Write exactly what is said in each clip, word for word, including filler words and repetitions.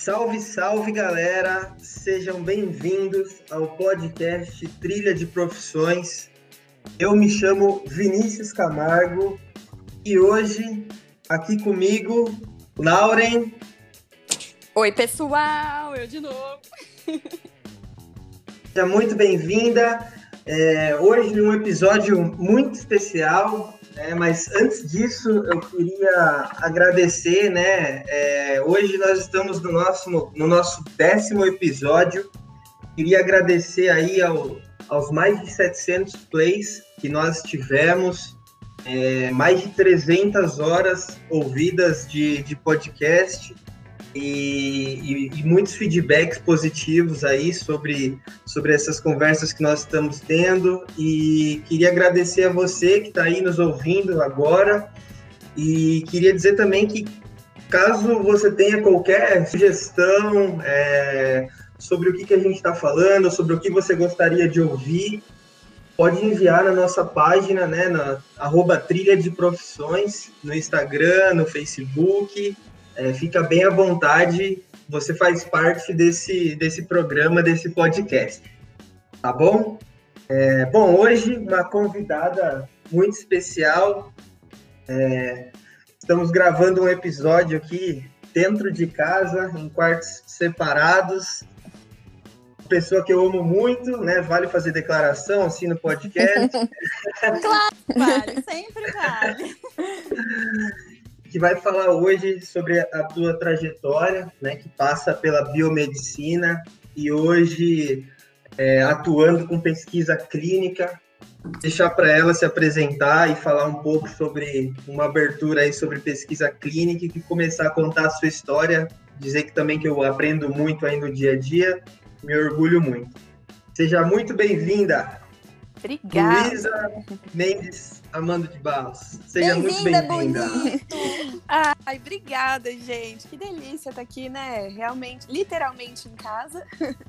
Salve, salve, galera! Sejam bem-vindos ao podcast Trilha de Profissões. Eu me chamo Vinícius Camargo e hoje, aqui comigo, Lauren. Oi, pessoal! Eu de novo! Seja muito bem-vinda. É, hoje um episódio muito especial, né? Mas antes disso eu queria agradecer, né? É, hoje nós estamos no nosso, no nosso décimo episódio. Queria agradecer aí ao, aos mais de setecentos plays que nós tivemos, é, mais de trezentas horas ouvidas de, de podcast. E, e, e muitos feedbacks positivos aí sobre, sobre essas conversas que nós estamos tendo, e queria agradecer a você que está aí nos ouvindo agora, e queria dizer também que caso você tenha qualquer sugestão é, sobre o que, que a gente está falando, sobre o que você gostaria de ouvir, pode enviar na nossa página, né, na arroba Trilha de Profissões, no Instagram, no Facebook. É, fica bem à vontade, você faz parte desse, desse programa, desse podcast, tá bom? É, bom, hoje uma convidada muito especial, é, estamos gravando um episódio aqui dentro de casa, em quartos separados, uma pessoa que eu amo muito, né? Vale fazer declaração assim no podcast? Claro, vale, sempre vale. Que vai falar hoje sobre a tua trajetória, né, que passa pela biomedicina e hoje é, atuando com pesquisa clínica. Deixar para ela se apresentar e falar um pouco sobre uma abertura aí sobre pesquisa clínica e começar a contar a sua história, dizer que também que eu aprendo muito aí no dia a dia, me orgulho muito. Seja muito bem-vinda. Obrigada. Luísa Mendes Amando de Barros. Seja muito bem-vinda. Ai, obrigada, gente. Que delícia estar aqui, né? Realmente, literalmente em casa.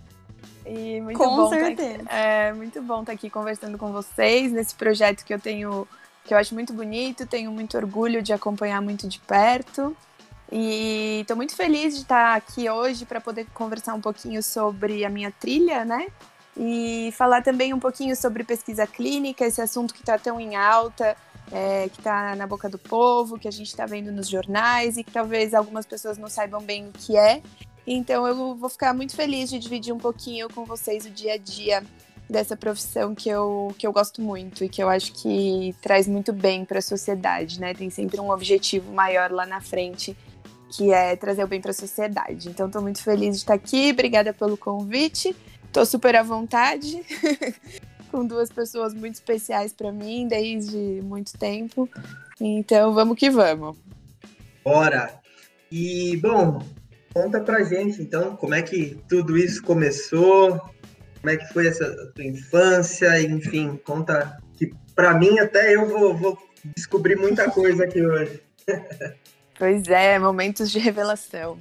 E muito com bom certeza. Tá aqui, é muito bom estar aqui conversando com vocês nesse projeto que eu tenho, que eu acho muito bonito, tenho muito orgulho de acompanhar muito de perto. E estou muito feliz de estar aqui hoje para poder conversar um pouquinho sobre a minha trilha, né? E falar também um pouquinho sobre pesquisa clínica, esse assunto que está tão em alta, é, que está na boca do povo, que a gente está vendo nos jornais e que talvez algumas pessoas não saibam bem o que é. Então eu vou ficar muito feliz de dividir um pouquinho com vocês o dia a dia dessa profissão que eu, que eu gosto muito e que eu acho que traz muito bem para a sociedade, né? Tem sempre um objetivo maior lá na frente, que é trazer o bem para a sociedade. Então estou muito feliz de estar aqui, obrigada pelo convite. Tô super à vontade, com duas pessoas muito especiais para mim desde muito tempo. Então, vamos que vamos. Bora! E, bom, conta pra gente, então, como é que tudo isso começou, como é que foi essa tua infância, enfim, conta que pra mim até eu vou, vou descobrir muita coisa aqui hoje. Pois é, momentos de revelação.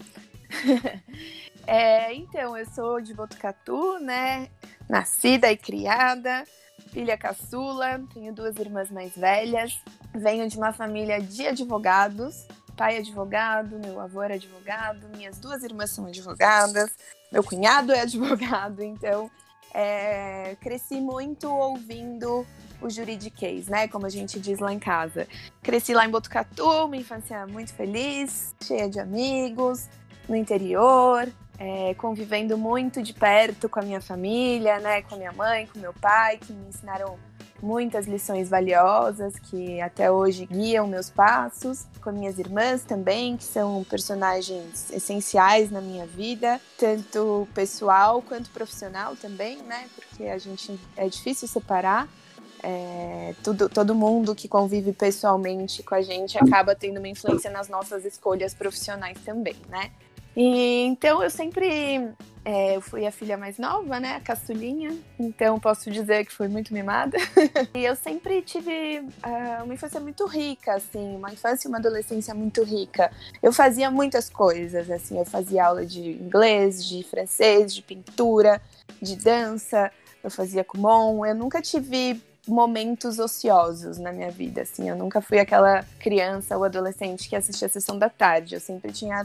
É, então, eu sou de Botucatu, né? Nascida e criada, filha caçula, tenho duas irmãs mais velhas. Venho de uma família de advogados, pai é advogado, meu avô era advogado, minhas duas irmãs são advogadas, meu cunhado é advogado, então é, cresci muito ouvindo o juridiquês, né? Como a gente diz lá em casa. Cresci lá em Botucatu, uma infância muito feliz, cheia de amigos, no interior. É, convivendo muito de perto com a minha família, né, com a minha mãe, com meu pai, que me ensinaram muitas lições valiosas que até hoje guiam meus passos, com minhas irmãs também, que são personagens essenciais na minha vida, tanto pessoal quanto profissional também, né, porque a gente é difícil separar. É, tudo, todo mundo que convive pessoalmente com a gente acaba tendo uma influência nas nossas escolhas profissionais também, né? E, então eu sempre é, eu fui a filha mais nova, né, a caçulinha, então posso dizer que fui muito mimada. E eu sempre tive uh, uma infância muito rica, assim, uma infância e uma adolescência muito rica. Eu fazia muitas coisas, assim, eu fazia aula de inglês, de francês, de pintura, de dança, eu fazia Kumon, eu nunca tive momentos ociosos na minha vida, assim, eu nunca fui aquela criança ou adolescente que assistia a sessão da tarde, eu sempre tinha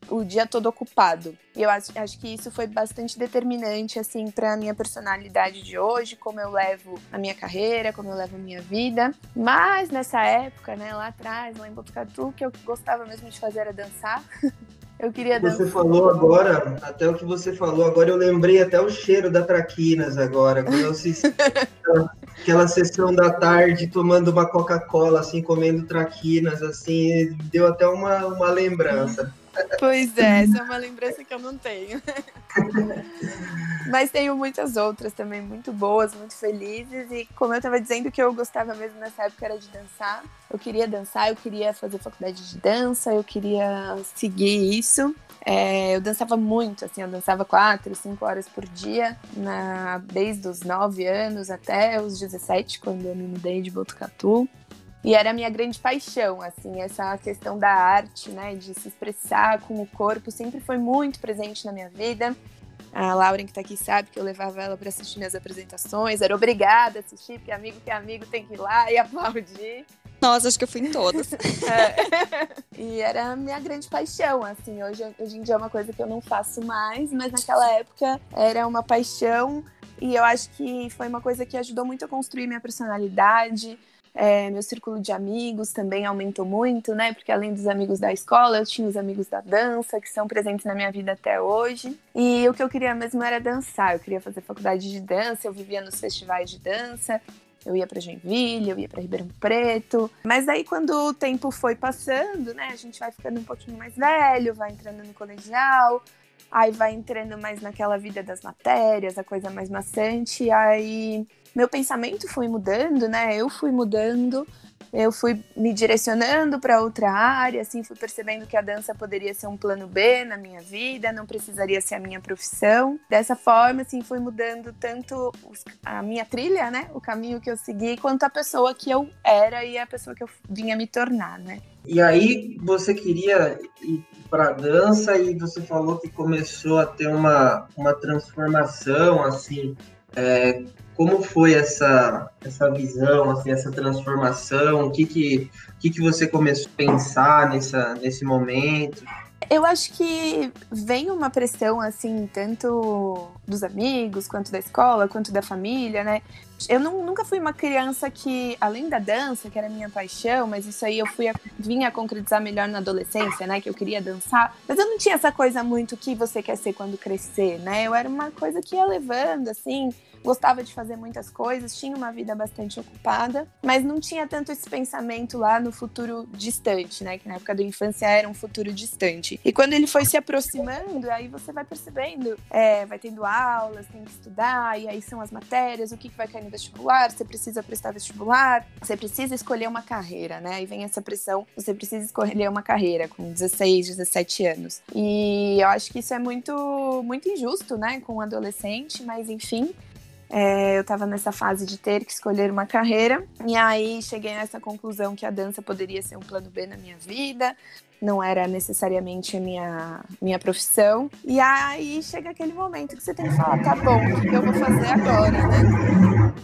o dia todo ocupado. E eu acho, acho que isso foi bastante determinante, assim, para a minha personalidade de hoje, como eu levo a minha carreira, como eu levo a minha vida. Mas nessa época, né, lá atrás, lá em Botucatu, o que eu gostava mesmo de fazer era dançar. Eu queria dançar. Você falou agora, até o que você falou agora, eu lembrei até o cheiro da Traquinas agora, quando eu assisti aquela, aquela sessão da tarde tomando uma Coca-Cola, assim, comendo Traquinas, assim, deu até uma, uma lembrança. Pois é, essa é uma lembrança que eu não tenho. Mas tenho muitas outras também, muito boas, muito felizes. E como eu estava dizendo, o que eu gostava mesmo nessa época era de dançar. Eu queria dançar, eu queria fazer faculdade de dança, eu queria seguir isso. É, eu dançava muito, assim, eu dançava quatro, cinco horas por dia, na, desde os nove anos até os dezessete, quando eu me mudei de Botucatu. E era a minha grande paixão, assim, essa questão da arte, né, de se expressar com o corpo, sempre foi muito presente na minha vida. A Lauren, que tá aqui, sabe que eu levava ela para assistir minhas apresentações, era obrigada a assistir, porque amigo que é amigo tem que ir lá e aplaudir. Nossa, acho que eu fui em todas. É. E era a minha grande paixão, assim, hoje, hoje em dia é uma coisa que eu não faço mais, mas naquela época era uma paixão e eu acho que foi uma coisa que ajudou muito a construir minha personalidade. É, meu círculo de amigos também aumentou muito, né? Porque além dos amigos da escola, eu tinha os amigos da dança, que são presentes na minha vida até hoje. E o que eu queria mesmo era dançar. Eu queria fazer faculdade de dança, eu vivia nos festivais de dança. Eu ia para Joinville, eu ia para Ribeirão Preto. Mas aí, quando o tempo foi passando, né? A gente vai ficando um pouquinho mais velho, vai entrando no colegial. Aí vai entrando mais naquela vida das matérias, a coisa mais maçante. Aí meu pensamento foi mudando, né? Eu fui mudando, eu fui me direcionando para outra área, assim, fui percebendo que a dança poderia ser um plano B na minha vida, não precisaria ser a minha profissão. Dessa forma, assim, fui mudando tanto os, a minha trilha, né? O caminho que eu segui, quanto a pessoa que eu era e a pessoa que eu vinha me tornar, né? E aí você queria ir para a dança e você falou que começou a ter uma, uma transformação, assim, é, como foi essa, essa visão, assim, essa transformação? O que que, o que que você começou a pensar nessa, nesse momento? Eu acho que vem uma pressão, assim, tanto dos amigos, quanto da escola, quanto da família, né? Eu não, nunca fui uma criança que, além da dança, que era a minha paixão, mas isso aí eu fui a, vinha a concretizar melhor na adolescência, né? Que eu queria dançar. Mas eu não tinha essa coisa muito que você quer ser quando crescer, né? Eu era uma coisa que ia levando, assim... Gostava de fazer muitas coisas, tinha uma vida bastante ocupada, mas não tinha tanto esse pensamento lá no futuro distante, né? Que na época da infância era um futuro distante. E quando ele foi se aproximando, aí você vai percebendo, é, vai tendo aulas, tem que estudar, e aí são as matérias, o que vai cair no vestibular, você precisa prestar vestibular, você precisa escolher uma carreira, né? Aí vem essa pressão, você precisa escolher uma carreira com dezesseis, dezessete anos. E eu acho que isso é muito, muito injusto, né? Com um adolescente, mas enfim... É, eu estava nessa fase de ter que escolher uma carreira, e aí cheguei nessa conclusão que a dança poderia ser um plano B na minha vida, não era necessariamente a minha, minha profissão. E aí chega aquele momento que você tem que falar, tá bom, o que eu vou fazer agora, né?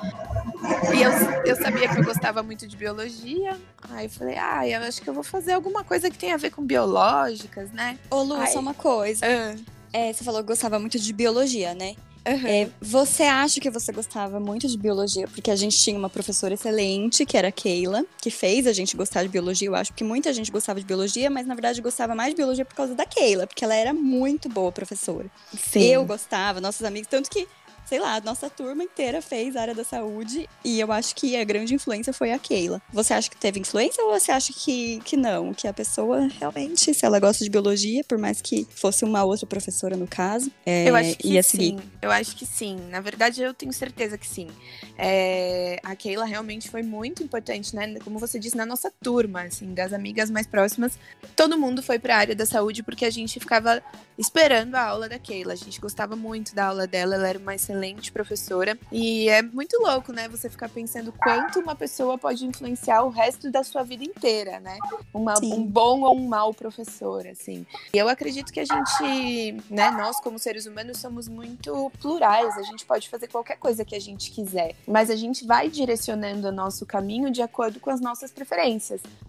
E eu, eu sabia que eu gostava muito de biologia, aí eu falei, ah, eu acho que eu vou fazer alguma coisa que tenha a ver com biológicas, né? Ô, Lu, aí... só uma coisa. Ah. É, você falou que gostava muito de biologia, né? Uhum. É, você acha que você gostava muito de biologia porque a gente tinha uma professora excelente, que era a Keila, que fez a gente gostar de biologia? Eu acho que muita gente gostava de biologia, mas na verdade gostava mais de biologia por causa da Keila, porque ela era muito boa professora. Sim. Eu gostava, nossos amigos, tanto que, sei lá, a nossa turma inteira fez área da saúde e eu acho que a grande influência foi a Keila. Você acha que teve influência ou você acha que, que não? Que a pessoa realmente, se ela gosta de biologia, por mais que fosse uma outra professora no caso, é, eu acho que ia sim. seguir? Eu acho que sim. Na verdade, eu tenho certeza que sim. É, a Keila realmente foi muito importante, né? Como você disse, na nossa turma, assim, das amigas mais próximas, todo mundo foi para a área da saúde porque a gente ficava esperando a aula da Keila. A gente gostava muito da aula dela, ela era uma excelente professora. E é muito louco, né? Você ficar pensando quanto uma pessoa pode influenciar o resto da sua vida inteira, né? Uma, um bom ou um mau professor, assim. E eu acredito que a gente, né, nós como seres humanos somos muito plurais, a gente pode fazer qualquer coisa que a gente quiser, mas a gente vai direcionando o nosso caminho de acordo com as nossas preferências.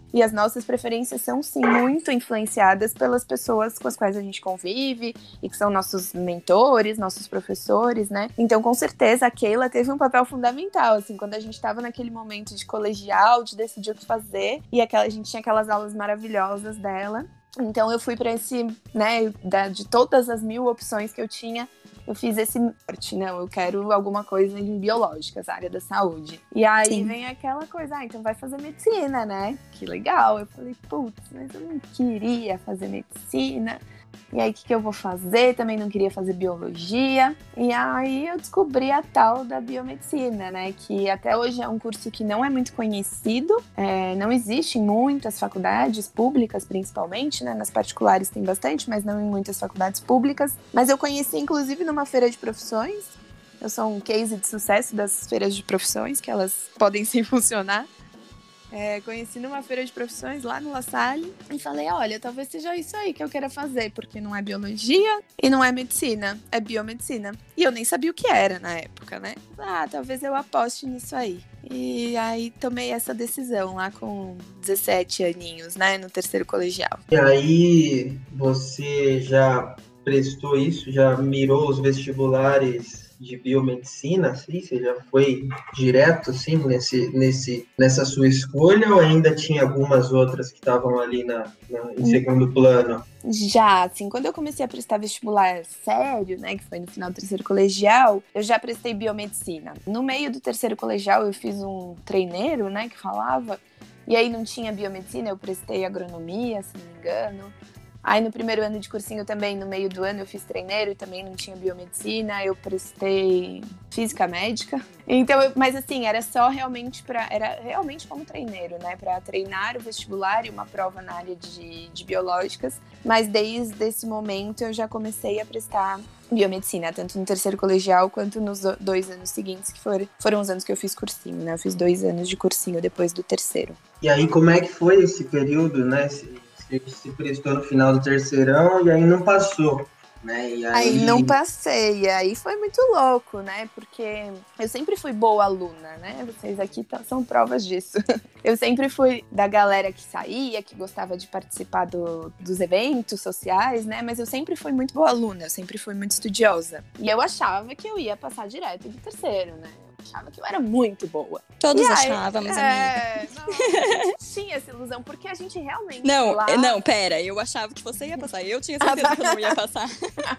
E as nossas preferências são, sim, muito influenciadas pelas pessoas com as quais a gente convive e que são nossos mentores, nossos professores, né? Então, com certeza, a Keila teve um papel fundamental, assim, quando a gente estava naquele momento de colegial, de decidir o que fazer, e aquela, a gente tinha aquelas aulas maravilhosas dela. Então, eu fui para esse, né, da, de todas as mil opções que eu tinha, eu fiz esse norte, não, eu quero alguma coisa em biológicas, área da saúde. E aí Sim. vem aquela coisa, ah, então vai fazer medicina, né? Que legal. Eu falei, putz, mas eu não queria fazer medicina. E aí, o que, que eu vou fazer? Também não queria fazer biologia. E aí, eu descobri a tal da biomedicina, né? Que até hoje é um curso que não é muito conhecido. É, não existe em muitas faculdades públicas, principalmente, né? Nas particulares tem bastante, mas não em muitas faculdades públicas. Mas eu conheci, inclusive, numa feira de profissões. Eu sou um case de sucesso das feiras de profissões, que elas podem sim funcionar. É, conheci numa feira de profissões lá no La Salle e falei, olha, talvez seja isso aí que eu queira fazer, porque não é biologia e não é medicina, é biomedicina. E eu nem sabia o que era na época, né? Ah, talvez eu aposte nisso aí. E aí tomei essa decisão lá com dezessete aninhos, né, no terceiro colegial. E aí você já prestou isso, já mirou os vestibulares de biomedicina, assim? Você já foi direto, assim, nesse, nesse, nessa sua escolha, ou ainda tinha algumas outras que estavam ali na, na, em segundo plano? Já, assim, quando eu comecei a prestar vestibular sério, né, que foi no final do terceiro colegial, eu já prestei biomedicina. No meio do terceiro colegial, eu fiz um treineiro, né, que falava, e aí não tinha biomedicina, eu prestei agronomia, se não me engano. Aí no primeiro ano de cursinho também, no meio do ano, eu fiz treineiro e também não tinha biomedicina, eu prestei física médica. Então, eu, mas assim, era só realmente para era realmente como treineiro, né? Para treinar o vestibular e uma prova na área de, de biológicas. Mas desde esse momento eu já comecei a prestar biomedicina, tanto no terceiro colegial quanto nos dois anos seguintes, que foram, foram os anos que eu fiz cursinho, né? Eu fiz dois anos de cursinho depois do terceiro. E aí, como é que foi esse período, né? Você se prestou no final do terceirão e aí não passou, né? E aí... aí não passei, e aí foi muito louco, né? Porque eu sempre fui boa aluna, né? Vocês aqui são provas disso. Eu sempre fui da galera que saía, que gostava de participar do, dos eventos sociais, né? Mas eu sempre fui muito boa aluna, eu sempre fui muito estudiosa. E eu achava que eu ia passar direto do terceiro, né? Achava que eu era muito boa. Todos aí, achávamos, é, amiga. Não, tinha essa ilusão, porque a gente realmente... Não, lá... não, pera, eu achava que você ia passar. Eu tinha certeza que eu não ia passar.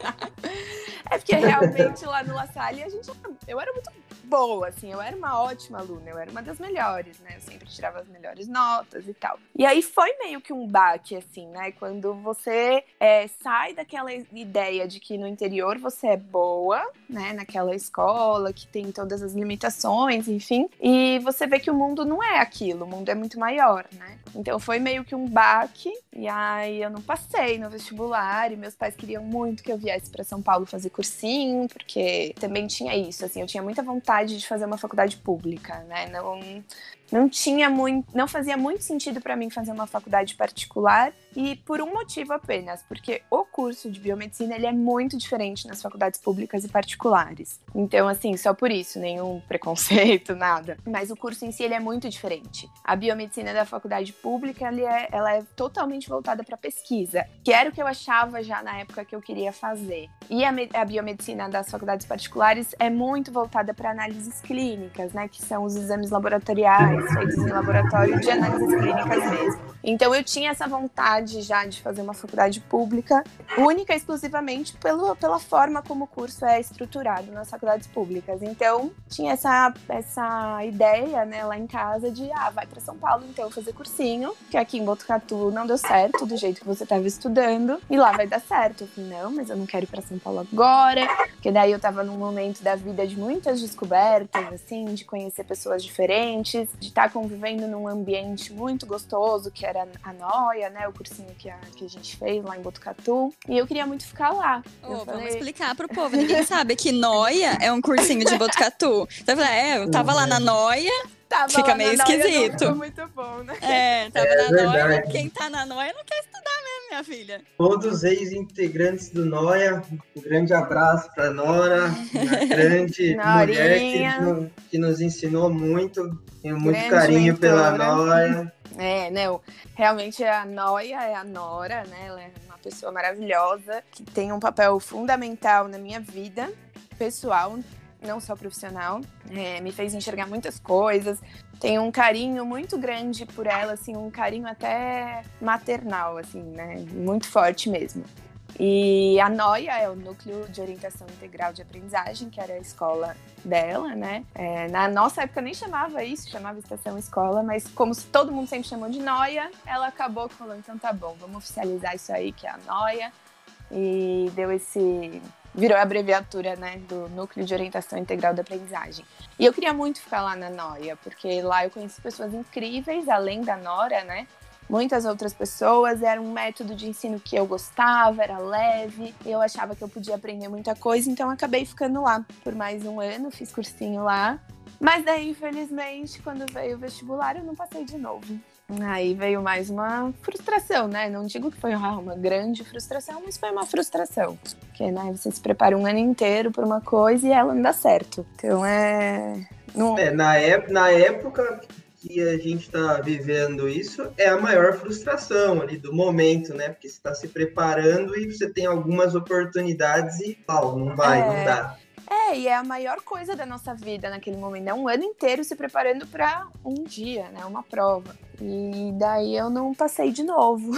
É porque realmente lá no La Salle, a gente, eu era muito boa, assim, eu era uma ótima aluna, eu era uma das melhores, né? Eu sempre tirava as melhores notas e tal. E aí foi meio que um baque, assim, né? Quando você é, sai daquela ideia de que no interior você é boa, né? Naquela escola que tem todas as limitações, enfim, e você vê que o mundo não é aquilo, o mundo é muito maior, né? Então foi meio que um baque, e aí eu não passei no vestibular, e meus pais queriam muito que eu viesse para São Paulo fazer cursinho, porque também tinha isso, assim, eu tinha muita vontade de fazer uma faculdade pública, né? Não, não tinha muito, não fazia muito sentido para mim fazer uma faculdade particular, e por um motivo apenas, porque o curso de biomedicina, ele é muito diferente nas faculdades públicas e particulares. Então, assim, só por isso, nenhum preconceito, nada. Mas o curso em si, ele é muito diferente. A biomedicina da faculdade pública, ela é, ela é totalmente voltada para pesquisa, que era o que eu achava já na época que eu queria fazer. E a, a biomedicina das faculdades particulares é muito voltada para análises clínicas, né, que são os exames laboratoriais feitos em laboratório de análises clínicas mesmo. Então, eu tinha essa vontade já de fazer uma faculdade pública, única e exclusivamente pelo, pela forma como o curso é estruturado nas faculdades públicas. Então, tinha essa, essa ideia, né, lá em casa de, ah, vai para São Paulo, então, fazer cursinho, que aqui em Botucatu não deu certo, do jeito que você estava estudando, e lá vai dar certo. Eu falei, não, mas eu não quero ir para São Paulo agora, porque daí eu tava num momento da vida de muitas descobertas, assim, de conhecer pessoas diferentes, de estar convivendo num ambiente muito gostoso, que era a Noia, né, o cursinho que a, que a gente fez lá em Botucatu, e eu queria muito ficar lá. Oh, falei... Vamos explicar pro povo, ninguém sabe que Noia é um cursinho de Botucatu. Você fala, é, eu tava lá na Noia, tava fica meio esquisito. Não, muito bom, né? É, tava é na verdade. Noia, quem tá na Noia não quer estudar mesmo, minha filha. Todos ex-integrantes do Noia, um grande abraço pra Nora, uma grande mulher que, no, que nos ensinou muito, tenho muito grande carinho mentora. pela Noia. É, né? Realmente a Noia é a Nora, né? Ela é uma pessoa maravilhosa, que tem um papel fundamental na minha vida pessoal, não só profissional. É, me fez enxergar muitas coisas. Tenho um carinho muito grande por ela, assim, um carinho até maternal, assim, né? Muito forte mesmo. E a Noia é o Núcleo de Orientação Integral de Aprendizagem, que era a escola dela, né? É, na nossa época nem chamava isso, chamava Estação Escola, mas como todo mundo sempre chamou de Noia, ela acabou falando, então tá bom, vamos oficializar isso aí, que é a Noia. E deu esse... virou a abreviatura, né, do Núcleo de Orientação Integral da Aprendizagem. E eu queria muito ficar lá na Noia, porque lá eu conheci pessoas incríveis, além da Nora, né? Muitas outras pessoas, era um método de ensino que eu gostava, era leve, eu achava que eu podia aprender muita coisa, então eu acabei ficando lá por mais um ano, fiz cursinho lá. Mas daí, infelizmente, quando veio o vestibular, eu não passei de novo. Aí veio mais uma frustração, né? Não digo que foi uma grande frustração, mas foi uma frustração. Porque, né, você se prepara um ano inteiro por uma coisa e ela não dá certo. Então, é... Não... é na, ép- na época que a gente está vivendo isso, é a maior frustração ali do momento, né? Porque você está se preparando e você tem algumas oportunidades e, pau, não vai, é... não dá. É, e é a maior coisa da nossa vida naquele momento. É um ano inteiro se preparando para um dia, né? Uma prova. E daí eu não passei de novo.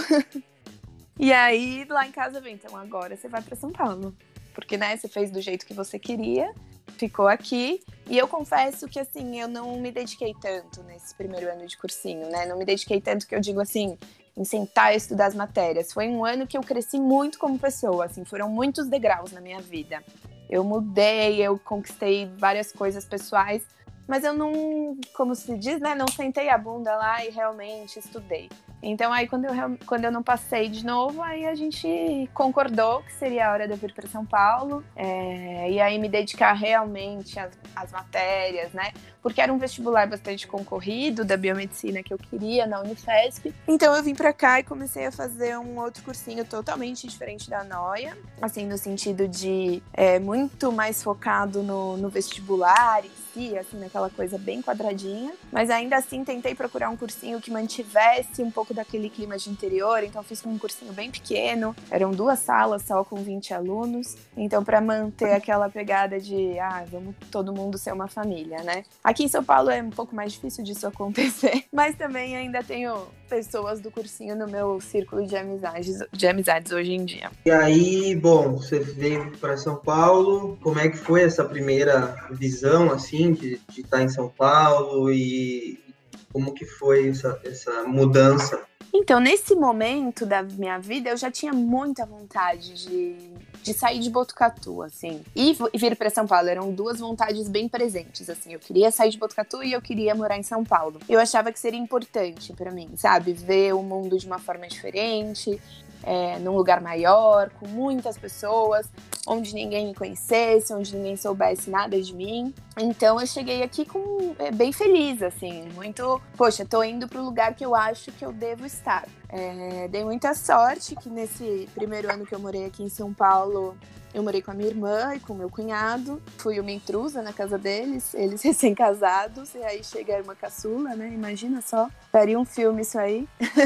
E aí, lá em casa, vem, então agora você vai para São Paulo. Porque, né, você fez do jeito que você queria, ficou aqui. E eu confesso que, assim, eu não me dediquei tanto nesse primeiro ano de cursinho, né? Não me dediquei tanto que eu digo, assim, em sentar e estudar as matérias. Foi um ano que eu cresci muito como pessoa, assim, foram muitos degraus na minha vida. Eu mudei, eu conquistei várias coisas pessoais, mas eu não, como se diz, né, não sentei a bunda lá e realmente estudei. Então aí quando eu, quando eu não passei de novo, aí a gente concordou que seria a hora de eu vir para São Paulo, é, e aí me dedicar realmente às, às matérias, né? Porque era um vestibular bastante concorrido da biomedicina que eu queria na Unifesp. Então eu vim para cá e comecei a fazer um outro cursinho totalmente diferente da Noia, assim, no sentido de é, muito mais focado no, no vestibular em si, assim, naquela coisa bem quadradinha. Mas ainda assim tentei procurar um cursinho que mantivesse um pouco daquele clima de interior, então fiz um cursinho bem pequeno, eram duas salas só com vinte alunos, então para manter aquela pegada de, ah, vamos todo mundo ser uma família, né? Aqui em São Paulo é um pouco mais difícil disso acontecer, mas também ainda tenho pessoas do cursinho no meu círculo de amizades, de amizades hoje em dia. E aí, bom, você veio para São Paulo, como é que foi essa primeira visão, assim, de estar em São Paulo e como que foi essa, essa mudança? Então, nesse momento da minha vida, eu já tinha muita vontade de, de sair de Botucatu, assim. E, e vir para São Paulo, eram duas vontades bem presentes, assim. Eu queria sair de Botucatu e eu queria morar em São Paulo. Eu achava que seria importante para mim, sabe? Ver o mundo de uma forma diferente, é, num lugar maior, com muitas pessoas, onde ninguém me conhecesse, onde ninguém soubesse nada de mim. Então eu cheguei aqui com, é, bem feliz, assim, muito, poxa, tô indo pro lugar que eu acho que eu devo estar. É, dei muita sorte que nesse primeiro ano que eu morei aqui em São Paulo, eu morei com a minha irmã e com o meu cunhado. Fui uma intrusa na casa deles, eles recém-casados, e aí chega a irmã caçula, né? Imagina só, daria um filme isso aí.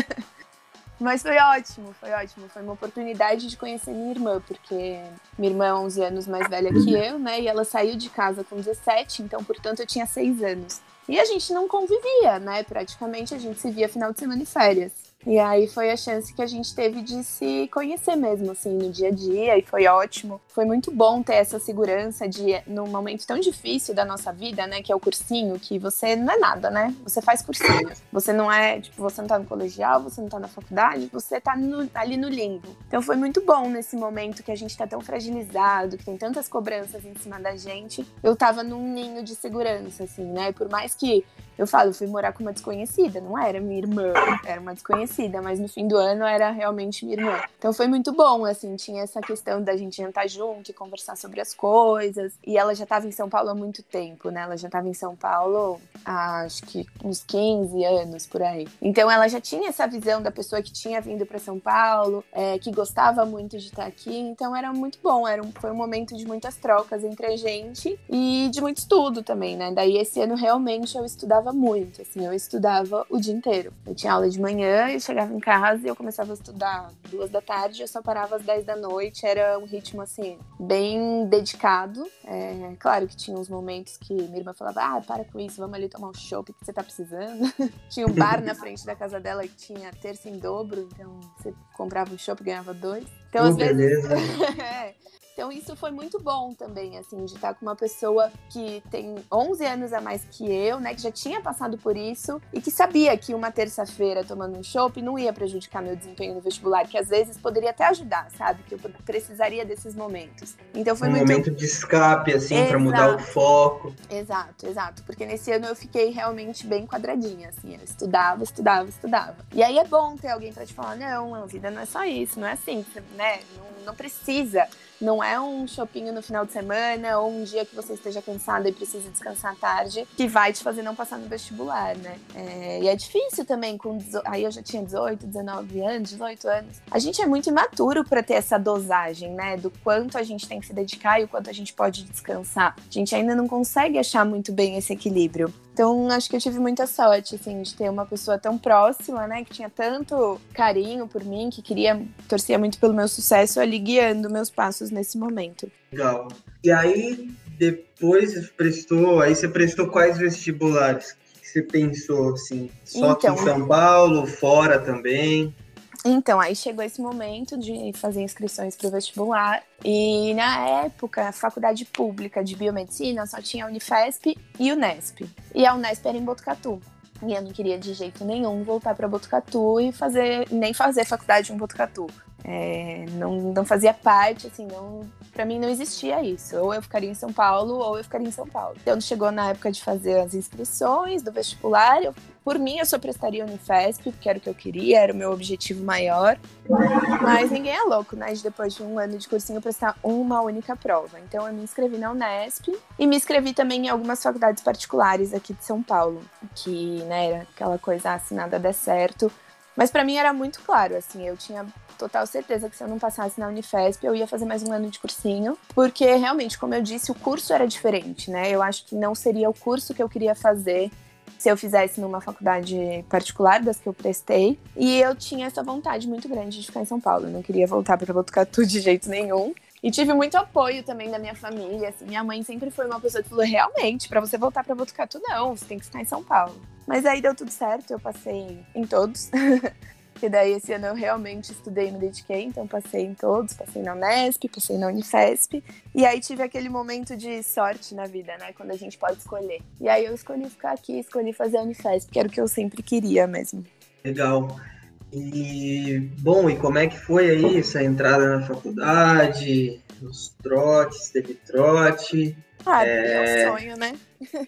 Mas foi ótimo, foi ótimo. Foi uma oportunidade de conhecer minha irmã, porque minha irmã é onze anos mais velha que eu, né? E ela saiu de casa com dezessete, então, portanto, eu tinha seis anos. E a gente não convivia, né? Praticamente a gente se via final de semana e férias. E aí foi a chance que a gente teve de se conhecer mesmo, assim, no dia a dia, e foi ótimo. Foi muito bom ter essa segurança de, num momento tão difícil da nossa vida, né, que é o cursinho, que você não é nada, né? Você faz cursinho. Você não é, tipo, você não tá no colegial, você não tá na faculdade, você tá no, ali no limbo. Então foi muito bom nesse momento que a gente tá tão fragilizado, que tem tantas cobranças em cima da gente. Eu tava num ninho de segurança, assim, né? Por mais que eu falo, eu fui morar com uma desconhecida, não era minha irmã, era uma desconhecida, mas no fim do ano era realmente minha irmã. Então foi muito bom, assim, tinha essa questão da gente jantar junto e conversar sobre as coisas. E ela já estava em São Paulo há muito tempo, né? Ela já estava em São Paulo há, acho que uns quinze anos, por aí. Então ela já tinha essa visão da pessoa que tinha vindo para São Paulo, é, que gostava muito de estar aqui. Então era muito bom, era um, foi um momento de muitas trocas entre a gente e de muito estudo também, né? Daí esse ano realmente realmente eu estudava muito, assim, eu estudava o dia inteiro. Eu tinha aula de manhã, eu chegava em casa e eu começava a estudar duas da tarde, eu só parava às dez da noite, era um ritmo, assim, bem dedicado. É, claro que tinha uns momentos que minha irmã falava, ah, para com isso, vamos ali tomar um chopp que você tá precisando. Tinha um bar na frente da casa dela que tinha terça em dobro, então você comprava um chopp e ganhava dois. Então, Oh, às vezes... beleza. é. Então isso foi muito bom também, assim, de estar com uma pessoa que tem onze anos a mais que eu, né, que já tinha passado por isso e que sabia que uma terça-feira tomando um chopp não ia prejudicar meu desempenho no vestibular, que às vezes poderia até ajudar, sabe, que eu precisaria desses momentos. Então foi um muito... momento de escape, assim, para mudar o foco. Exato, exato, porque nesse ano eu fiquei realmente bem quadradinha, assim, eu estudava, estudava, estudava. E aí é bom ter alguém pra te falar, não, a vida não é só isso, não é assim, né, não, não precisa... Não é um shopping no final de semana ou um dia que você esteja cansada e precisa descansar à tarde que vai te fazer não passar no vestibular, né? É, e é difícil também, com aí eu já tinha dezoito, dezenove anos, dezoito anos. A gente é muito imaturo para ter essa dosagem, né? Do quanto a gente tem que se dedicar e o quanto a gente pode descansar. A gente ainda não consegue achar muito bem esse equilíbrio. Então, acho que eu tive muita sorte, assim, de ter uma pessoa tão próxima, né? Que tinha tanto carinho por mim, que queria, torcia muito pelo meu sucesso, ali guiando meus passos nesse momento. Legal. E aí, depois prestou, aí você prestou quais vestibulares? O que você pensou, assim? Só então, aqui em São Paulo, fora também? Então, aí chegou esse momento de fazer inscrições para o vestibular. E na época, a faculdade pública de biomedicina só tinha a Unifesp e o Unesp. E a Unesp era em Botucatu. E eu não queria de jeito nenhum voltar para Botucatu e fazer, nem fazer faculdade em Botucatu. É, não, não fazia parte, assim, não, pra mim não existia isso. Ou eu ficaria em São Paulo, ou eu ficaria em São Paulo. Então chegou na época de fazer as inscrições do vestibular. Eu, por mim, eu só prestaria Unifesp, porque era o que eu queria, era o meu objetivo maior. Mas ninguém é louco, né? De depois de um ano de cursinho, prestar uma única prova. Então eu me inscrevi na Unesp e me inscrevi também em algumas faculdades particulares aqui de São Paulo, que, né, era aquela coisa, ah, se nada der certo. Mas pra mim era muito claro, assim, eu tinha total certeza que se eu não passasse na Unifesp, eu ia fazer mais um ano de cursinho, porque realmente, como eu disse, o curso era diferente, né? Eu acho que não seria o curso que eu queria fazer se eu fizesse numa faculdade particular das que eu prestei, e eu tinha essa vontade muito grande de ficar em São Paulo, eu não queria voltar para Botucatu de jeito nenhum. E tive muito apoio também da minha família, assim, minha mãe sempre foi uma pessoa que falou, realmente, pra você voltar pra Botucatu, não, você tem que ficar em São Paulo. Mas aí deu tudo certo, eu passei em todos. E daí esse ano eu realmente estudei e me dediquei, então passei em todos, passei na Unesp, passei na Unifesp. E aí tive aquele momento de sorte na vida, né, quando a gente pode escolher. E aí eu escolhi ficar aqui, escolhi fazer a Unifesp, que era o que eu sempre queria mesmo. Legal. E, bom, e como é que foi aí essa entrada na faculdade, os trotes, teve trote? Ah, é, é o sonho, né?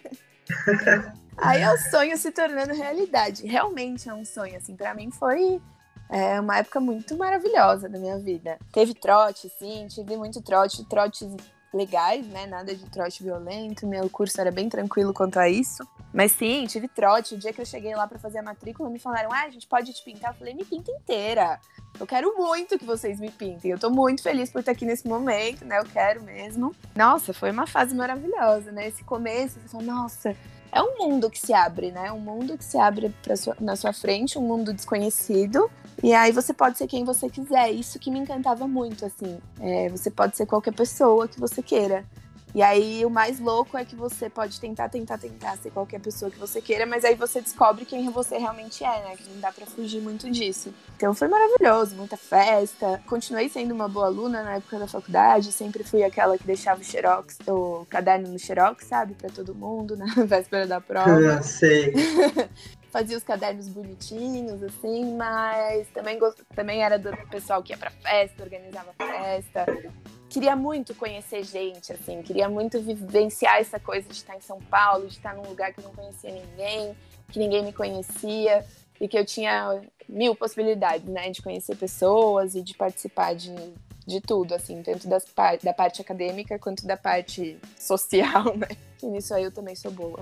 Aí é o sonho se tornando realidade. Realmente é um sonho, assim, pra mim foi é, uma época muito maravilhosa da minha vida. Teve trote, sim, tive muito trote, trotes legais, né, nada de trote violento, meu curso era bem tranquilo quanto a isso. Mas sim, tive trote. O dia que eu cheguei lá pra fazer a matrícula, me falaram, ah, a gente pode te pintar? Eu falei, me pinta inteira. Eu quero muito que vocês me pintem. Eu tô muito feliz por estar aqui nesse momento, né? Eu quero mesmo. Nossa, foi uma fase maravilhosa, né? Esse começo, você fala, nossa, é um mundo que se abre, né? Um mundo que se abre pra sua, na sua frente, um mundo desconhecido. E aí você pode ser quem você quiser. Isso que me encantava muito, assim. É, você pode ser qualquer pessoa que você queira. E aí o mais louco é que você pode tentar, tentar, tentar ser qualquer pessoa que você queira, mas aí você descobre quem você realmente é, né? Que não dá pra fugir muito disso. Então foi maravilhoso, muita festa. Continuei sendo uma boa aluna na época da faculdade, sempre fui aquela que deixava o xerox, o caderno no xerox, sabe? Pra todo mundo, na véspera da prova. Eu sei. Fazia os cadernos bonitinhos, assim, mas também, gost... também era do pessoal que ia pra festa, organizava festa. Queria muito conhecer gente, assim, queria muito vivenciar essa coisa de estar em São Paulo, de estar num lugar que eu não conhecia ninguém, que ninguém me conhecia, e que eu tinha mil possibilidades, né, de conhecer pessoas e de participar de, de tudo, assim, tanto das, da parte acadêmica quanto da parte social, né. E nisso aí eu também sou boa.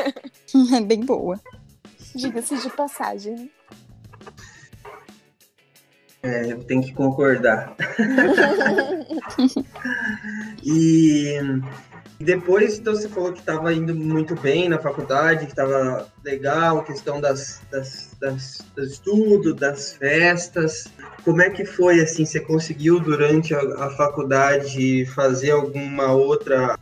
É bem boa. Diga-se de passagem. É, eu tenho que concordar. E E depois, então, você falou que estava indo muito bem na faculdade, que estava legal, questão das, das, das, do estudo, das festas. Como é que foi, assim, você conseguiu durante a, a faculdade fazer alguma outra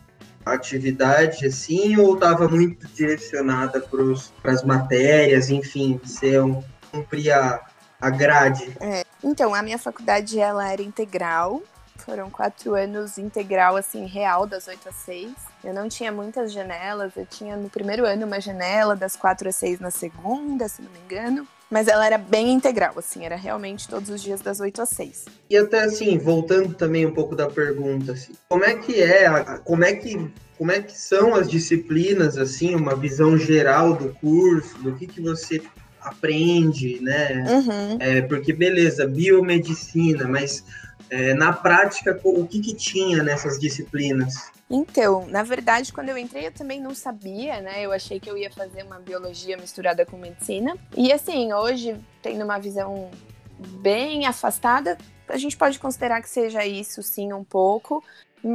atividade, assim, ou estava muito direcionada para as matérias, enfim, você cumprir a, a grade? É, então, a minha faculdade, ela era integral. Foram quatro anos integral, assim, real, das oito às seis. Eu não tinha muitas janelas, eu tinha no primeiro ano uma janela, das quatro às seis na segunda, se não me engano. Mas ela era bem integral, assim, era realmente todos os dias das oito às seis. E até assim, voltando também um pouco da pergunta, assim, como é que é, como é que, como é que são as disciplinas, assim, uma visão geral do curso, do que, que você aprende, né? Uhum. É, porque, beleza, biomedicina, mas é, na prática, o que, que tinha nessas disciplinas? Então, na verdade, quando eu entrei, eu também não sabia, né? Eu achei que eu ia fazer uma biologia misturada com medicina. E assim, hoje, tendo uma visão bem afastada, a gente pode considerar que seja isso, sim, um pouco.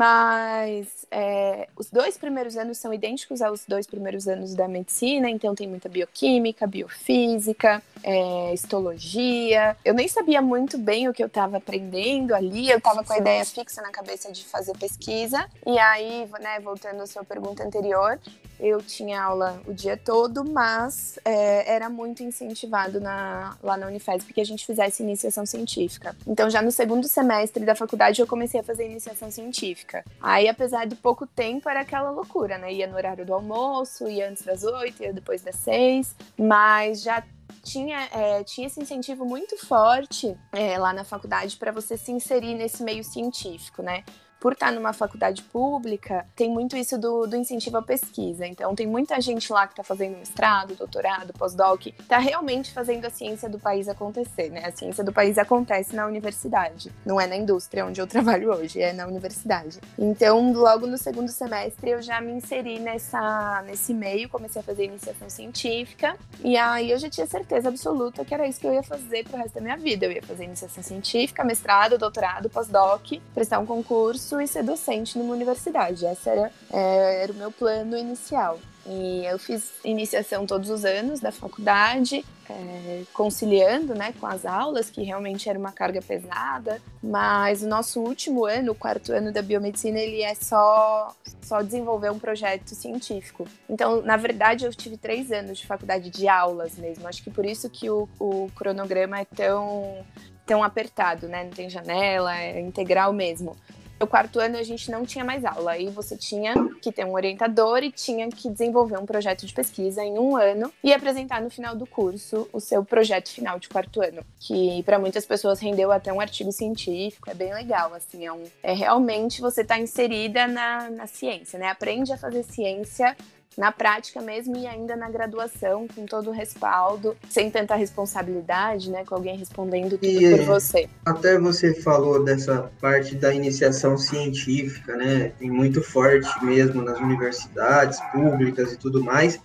Mas é, os dois primeiros anos são idênticos aos dois primeiros anos da medicina, então tem muita bioquímica, biofísica, é, histologia. Eu nem sabia muito bem o que eu estava aprendendo ali, eu estava com a ideia fixa na cabeça de fazer pesquisa. E aí, né, voltando à sua pergunta anterior, eu tinha aula o dia todo, mas é, era muito incentivado na, lá na Unifesp que a gente fizesse iniciação científica. Então, já no segundo semestre da faculdade, eu comecei a fazer iniciação científica. Aí, apesar de pouco tempo, era aquela loucura, né? Ia no horário do almoço, ia antes das oito, ia depois das seis, mas já tinha, é, tinha esse incentivo muito forte é, lá na faculdade para você se inserir nesse meio científico, né? Por estar numa faculdade pública, tem muito isso do, do incentivo à pesquisa. Então, tem muita gente lá que está fazendo mestrado, doutorado, pós-doc, está realmente fazendo a ciência do país acontecer, né? A ciência do país acontece na universidade, não é na indústria onde eu trabalho hoje, é na universidade. Então, logo no segundo semestre, eu já me inseri nessa, nesse meio, comecei a fazer iniciação científica, e aí eu já tinha certeza absoluta que era isso que eu ia fazer pro resto da minha vida. Eu ia fazer iniciação científica, mestrado, doutorado, pós-doc, prestar um concurso e ser docente numa universidade. Esse era, é, era o meu plano inicial. E eu fiz iniciação todos os anos da faculdade, é, conciliando, né, com as aulas, que realmente era uma carga pesada, mas o nosso último ano, o quarto ano da biomedicina, ele é só, só desenvolver um projeto científico. Então, na verdade, eu tive três anos de faculdade de aulas mesmo. Acho que por isso que o, o cronograma é tão, tão apertado, né? Não tem janela, é integral mesmo. No quarto ano a gente não tinha mais aula, aí você tinha que ter um orientador e tinha que desenvolver um projeto de pesquisa em um ano e apresentar no final do curso o seu projeto final de quarto ano, que para muitas pessoas rendeu até um artigo científico, é bem legal, assim, é, um, é realmente você tá inserida na, na ciência, né? Aprende a fazer ciência na prática mesmo e ainda na graduação, com todo o respaldo, sem tanta responsabilidade, né, com alguém respondendo tudo e, por você. Até você falou dessa parte da iniciação científica, né, tem muito forte mesmo nas universidades públicas e tudo mais.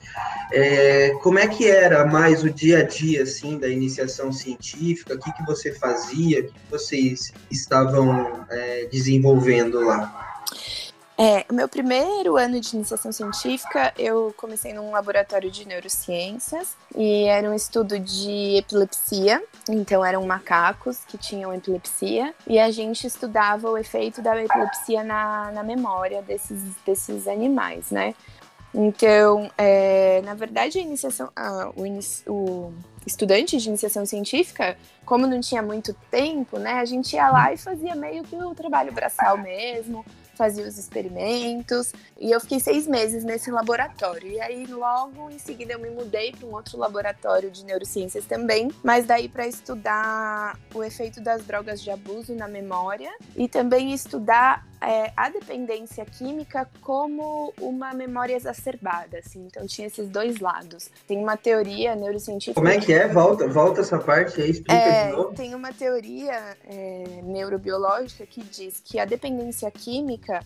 É, como é que era mais o dia a dia, assim, da iniciação científica? O que, que você fazia? O que vocês estavam é, desenvolvendo lá? É, o meu primeiro ano de iniciação científica, eu comecei num laboratório de neurociências e era um estudo de epilepsia, então eram macacos que tinham epilepsia e a gente estudava o efeito da epilepsia na, na memória desses, desses animais, né? Então, é, na verdade, a iniciação, a, o, inici, o estudante de iniciação científica, como não tinha muito tempo, né, a gente ia lá e fazia meio que o trabalho braçal mesmo, fazia os experimentos, e eu fiquei seis meses nesse laboratório. E aí, logo em seguida, eu me mudei para um outro laboratório de neurociências também, mas daí para estudar o efeito das drogas de abuso na memória e também estudar é, a dependência química como uma memória exacerbada, assim. Então, tinha esses dois lados. Tem uma teoria neurocientífica... Como é que é? Volta, volta essa parte aí, explica é, de novo. Tem uma teoria é, neurobiológica que diz que a dependência química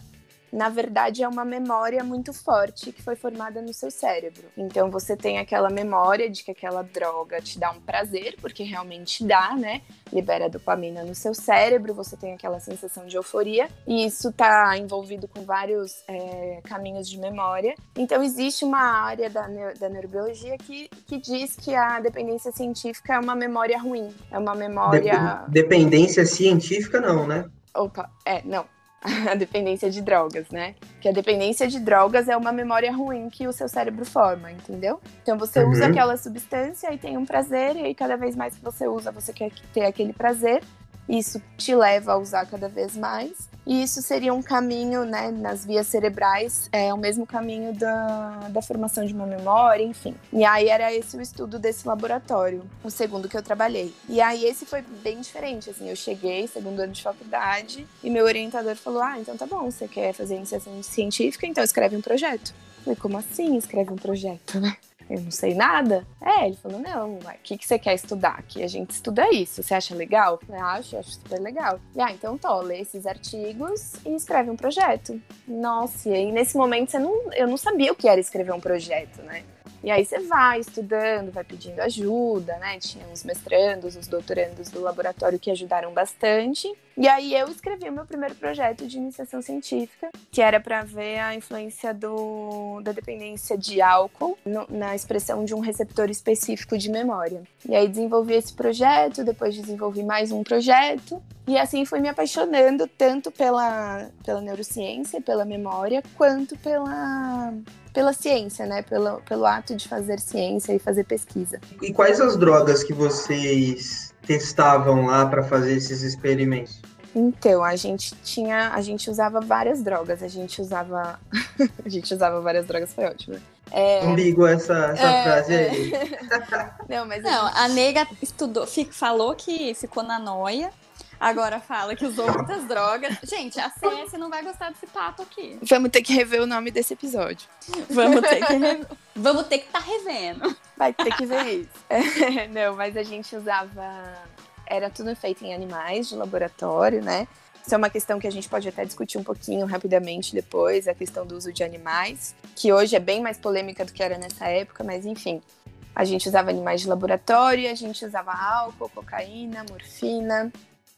na verdade é uma memória muito forte que foi formada no seu cérebro. Então você tem aquela memória de que aquela droga te dá um prazer, porque realmente dá, né? Libera dopamina no seu cérebro, você tem aquela sensação de euforia, e isso tá envolvido com vários é, caminhos de memória. Então existe uma área da, neu- da neurobiologia que, que diz que a dependência científica é uma memória ruim, é uma memória... Dep- dependência científica, não, né? Opa, é, não. A dependência de drogas, né? Que a dependência de drogas é uma memória ruim que o seu cérebro forma, entendeu? Então você Uhum. usa aquela substância e tem um prazer, e aí cada vez mais que você usa, você quer ter aquele prazer. Isso te leva a usar cada vez mais. E isso seria um caminho, né, nas vias cerebrais, é o mesmo caminho da, da formação de uma memória, enfim. E aí era esse o estudo desse laboratório, o segundo que eu trabalhei. E aí esse foi bem diferente, assim, eu cheguei, segundo ano de faculdade, e meu orientador falou, ah, então tá bom, você quer fazer iniciação científica, então escreve um projeto. Eu falei, como assim escreve um projeto, né? Eu não sei nada. É, ele falou, não, o que, que você quer estudar? Que a gente estuda isso. Você acha legal? Eu falei, acho, acho super legal. E, ah, então tô, lê esses artigos e escreve um projeto. Nossa, e aí nesse momento você não, eu não sabia o que era escrever um projeto, né? E aí você vai estudando, vai pedindo ajuda, né? Tinha uns mestrandos, os doutorandos do laboratório que ajudaram bastante. E aí eu escrevi o meu primeiro projeto de iniciação científica, que era para ver a influência do, da dependência de álcool no, na expressão de um receptor específico de memória. E aí desenvolvi esse projeto, depois desenvolvi mais um projeto, e assim fui me apaixonando tanto pela, pela neurociência, pela memória, quanto pela... pela ciência, né? Pelo, pelo ato de fazer ciência e fazer pesquisa. E quais as drogas que vocês testavam lá para fazer esses experimentos? Então, a gente tinha, a gente usava várias drogas, a gente usava, a gente usava várias drogas, foi ótimo. É... Ambígua essa, essa é, frase é... aí. Não, mas a, Não, gente... a nega estudou, falou que ficou na noia. Agora fala que usou muitas drogas. Gente, a C S não vai gostar desse papo aqui. Vamos ter que rever o nome desse episódio. Vamos ter que re... Vamos ter que estar tá revendo. Vai ter que ver isso. É, não, mas a gente usava... Era tudo feito em animais de laboratório, né? Isso é uma questão que a gente pode até discutir um pouquinho rapidamente depois, a questão do uso de animais, que hoje é bem mais polêmica do que era nessa época, mas enfim. A gente usava animais de laboratório, a gente usava álcool, cocaína, morfina,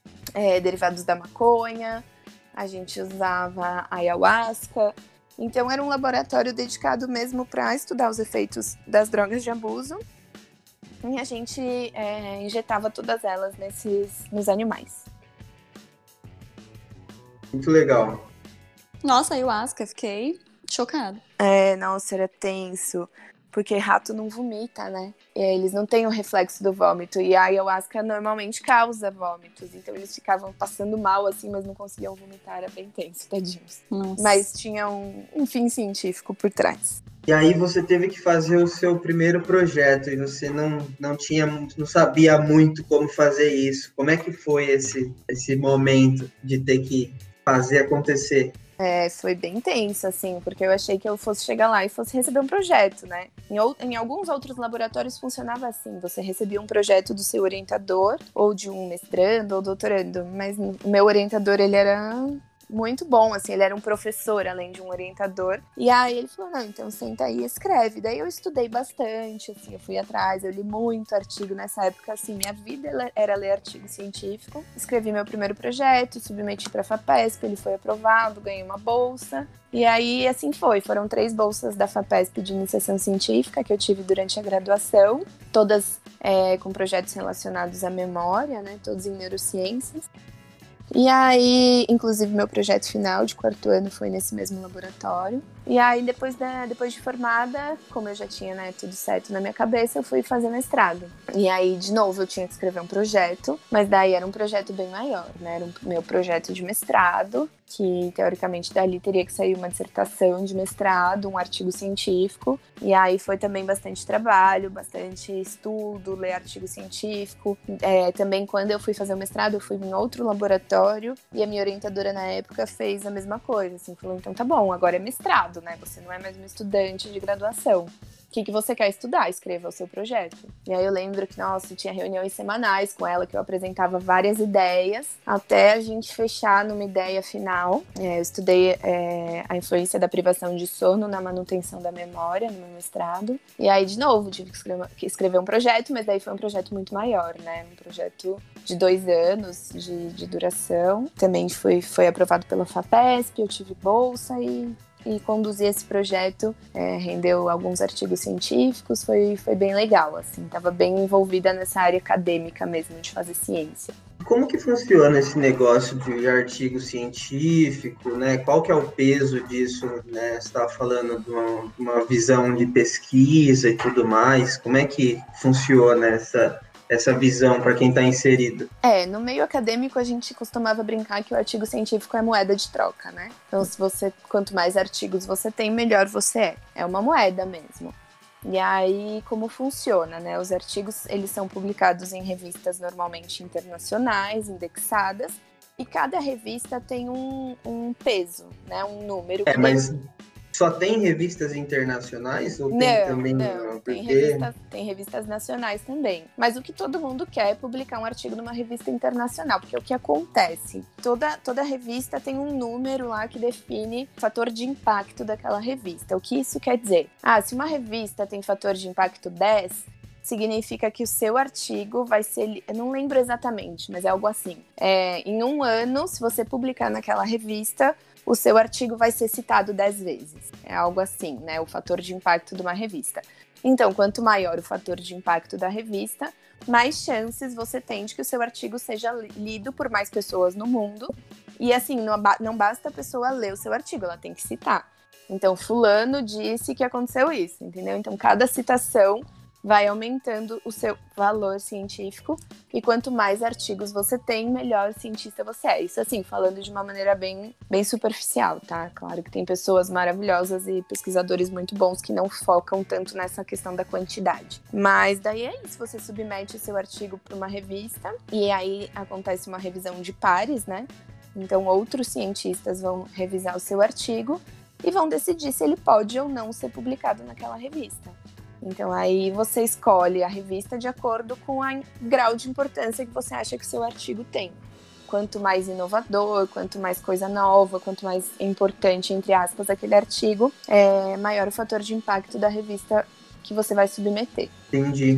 É, derivados da maconha, a gente usava ayahuasca. Então era um laboratório dedicado mesmo para estudar os efeitos das drogas de abuso, e a gente é, injetava todas elas nesses, nos animais. Muito legal. Nossa, ayahuasca, fiquei chocada. É, nossa, era tenso. Porque rato não vomita, né? E eles não têm o reflexo do vômito. E a ayahuasca normalmente causa vômitos. Então eles ficavam passando mal, assim, mas não conseguiam vomitar. Era bem tenso, tadinhos. Nossa. Mas tinha um, um fim científico por trás. E aí você teve que fazer o seu primeiro projeto. E você não, não tinha, não sabia muito como fazer isso. Como é que foi esse, esse momento de ter que fazer acontecer? É, foi bem tenso, assim, porque eu achei que eu fosse chegar lá e fosse receber um projeto, né? Em, ou, em alguns outros laboratórios funcionava assim, você recebia um projeto do seu orientador, ou de um mestrando ou doutorando, mas o meu orientador, ele era muito bom, assim, ele era um professor, além de um orientador, e aí ele falou, não, então senta aí e escreve. Daí eu estudei bastante, assim, eu fui atrás, eu li muito artigo nessa época, assim, minha vida era ler artigo científico. Escrevi meu primeiro projeto, submeti para a FAPESP, ele foi aprovado, ganhei uma bolsa, e aí assim foi, foram três bolsas da FAPESP de iniciação científica que eu tive durante a graduação, todas é, com projetos relacionados à memória, né, todos em neurociências. E aí, inclusive, meu projeto final de quarto ano foi nesse mesmo laboratório. E aí, depois, da, depois de formada, como eu já tinha, né, tudo certo na minha cabeça, eu fui fazer mestrado. E aí, de novo, eu tinha que escrever um projeto, mas daí era um projeto bem maior, né? Era um meu projeto de mestrado, que teoricamente dali teria que sair uma dissertação de mestrado, um artigo científico. E aí foi também bastante trabalho, bastante estudo, ler artigo científico. É, também quando eu fui fazer o mestrado, eu fui em outro laboratório e a minha orientadora na época fez a mesma coisa, assim, falou, então tá bom, agora é mestrado, né? Você não é mais uma estudante de graduação. o que, que você quer estudar? Escreva o seu projeto. E aí eu lembro que, nossa, tinha reuniões semanais com ela, que eu apresentava várias ideias, até a gente fechar numa ideia final. É, eu estudei é, a influência da privação de sono na manutenção da memória, no meu mestrado. E aí, de novo, tive que escrever, que escrever um projeto, mas daí foi um projeto muito maior, né? Um projeto de dois anos de, de duração. Também foi, foi aprovado pela FAPESP, eu tive bolsa e... E conduzir esse projeto é, rendeu alguns artigos científicos, foi, foi bem legal, assim, estava bem envolvida nessa área acadêmica mesmo, de fazer ciência. Como que funciona esse negócio de artigo científico, né? Qual que é o peso disso, né? Você estava falando de uma, de uma visão de pesquisa e tudo mais, como é que funciona essa... essa visão para quem está inserido? É, no meio acadêmico a gente costumava brincar que o artigo científico é moeda de troca, né? Então, se você, quanto mais artigos você tem, melhor você é. É uma moeda mesmo. E aí, como funciona, né? Os artigos, eles são publicados em revistas normalmente internacionais, indexadas, e cada revista tem um, um peso, né? Um número. É, que mas... deve... Só tem revistas internacionais ou tem não, também? Não, tem revistas, tem revistas nacionais também. Mas o que todo mundo quer é publicar um artigo numa revista internacional, porque é o que acontece. Toda, toda revista tem um número lá que define o fator de impacto daquela revista. O que isso quer dizer? Ah, se uma revista tem fator de impacto dez, significa que o seu artigo vai ser... Eu não lembro exatamente, mas é algo assim. É, em um ano, se você publicar naquela revista... o seu artigo vai ser citado dez vezes. É algo assim, né? O fator de impacto de uma revista. Então, quanto maior o fator de impacto da revista, mais chances você tem de que o seu artigo seja lido por mais pessoas no mundo. E assim, não, não basta a pessoa ler o seu artigo, ela tem que citar. Então, fulano disse que aconteceu isso, entendeu? Então, cada citação vai aumentando o seu valor científico, e quanto mais artigos você tem, melhor cientista você é. Isso assim, falando de uma maneira bem, bem superficial, tá? Claro que tem pessoas maravilhosas e pesquisadores muito bons que não focam tanto nessa questão da quantidade. Mas daí é isso, você submete o seu artigo para uma revista, e aí acontece uma revisão de pares, né? Então outros cientistas vão revisar o seu artigo e vão decidir se ele pode ou não ser publicado naquela revista. Então, aí você escolhe a revista de acordo com o grau de importância que você acha que o seu artigo tem. Quanto mais inovador, quanto mais coisa nova, quanto mais importante, entre aspas, aquele artigo, é maior o fator de impacto da revista que você vai submeter. Entendi.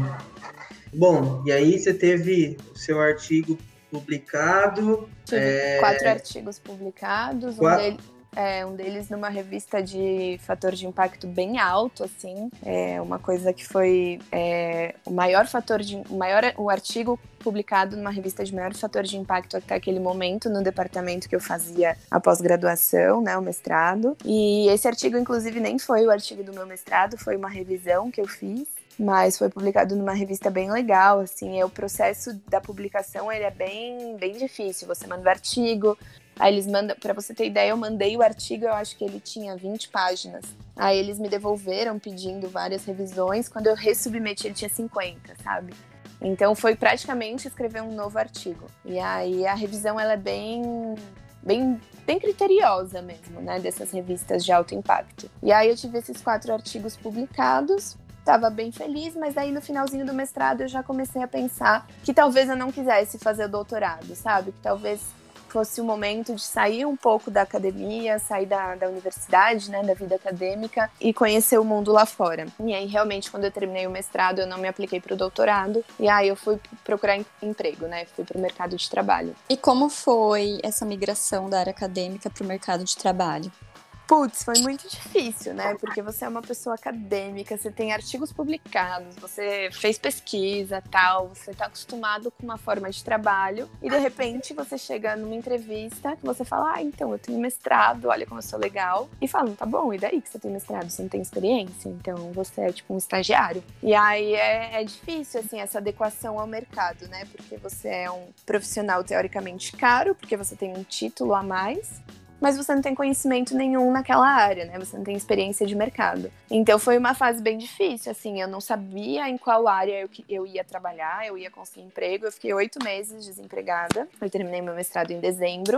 Bom, e aí você teve o seu artigo publicado... Tive é... quatro artigos publicados, Qua... um deles... É, um deles numa revista de fator de impacto bem alto, assim, é uma coisa que foi é, o maior fator de, o maior, o artigo publicado numa revista de maior fator de impacto até aquele momento no departamento que eu fazia a pós-graduação, né, o mestrado, e esse artigo, inclusive, nem foi o artigo do meu mestrado, foi uma revisão que eu fiz, mas foi publicado numa revista bem legal, assim, é, o processo da publicação, ele é bem, bem difícil, você manda o artigo, aí eles mandam, pra você ter ideia, eu mandei o artigo, eu acho que ele tinha vinte páginas. Aí eles me devolveram pedindo várias revisões, quando eu resubmeti ele tinha cinquenta, sabe? Então foi praticamente escrever um novo artigo. E aí a revisão, ela é bem, bem, bem criteriosa mesmo, né, dessas revistas de alto impacto. E aí eu tive esses quatro artigos publicados, tava bem feliz, mas aí no finalzinho do mestrado eu já comecei a pensar que talvez eu não quisesse fazer o doutorado, sabe? Que talvez fosse o momento de sair um pouco da academia, sair da, da universidade, né, da vida acadêmica e conhecer o mundo lá fora. E aí, realmente, quando eu terminei o mestrado, eu não me apliquei para o doutorado e aí eu fui procurar em, emprego, né, fui para o mercado de trabalho. E como foi essa migração da área acadêmica para o mercado de trabalho? Putz, foi muito difícil, né? Porque você é uma pessoa acadêmica, você tem artigos publicados, você fez pesquisa, tal, você tá acostumado com uma forma de trabalho e de repente você chega numa entrevista que você fala, ah, então eu tenho mestrado, olha como eu sou legal. E falam, tá bom, e daí que você tem mestrado? Você não tem experiência? Então você é tipo um estagiário. E aí é, é difícil, assim, essa adequação ao mercado, né? Porque você é um profissional teoricamente caro, porque você tem um título a mais, mas você não tem conhecimento nenhum naquela área, né? Você não tem experiência de mercado. Então foi uma fase bem difícil, assim, eu não sabia em qual área eu, eu ia trabalhar, eu ia conseguir emprego. Eu fiquei oito meses desempregada, eu terminei meu mestrado em dezembro,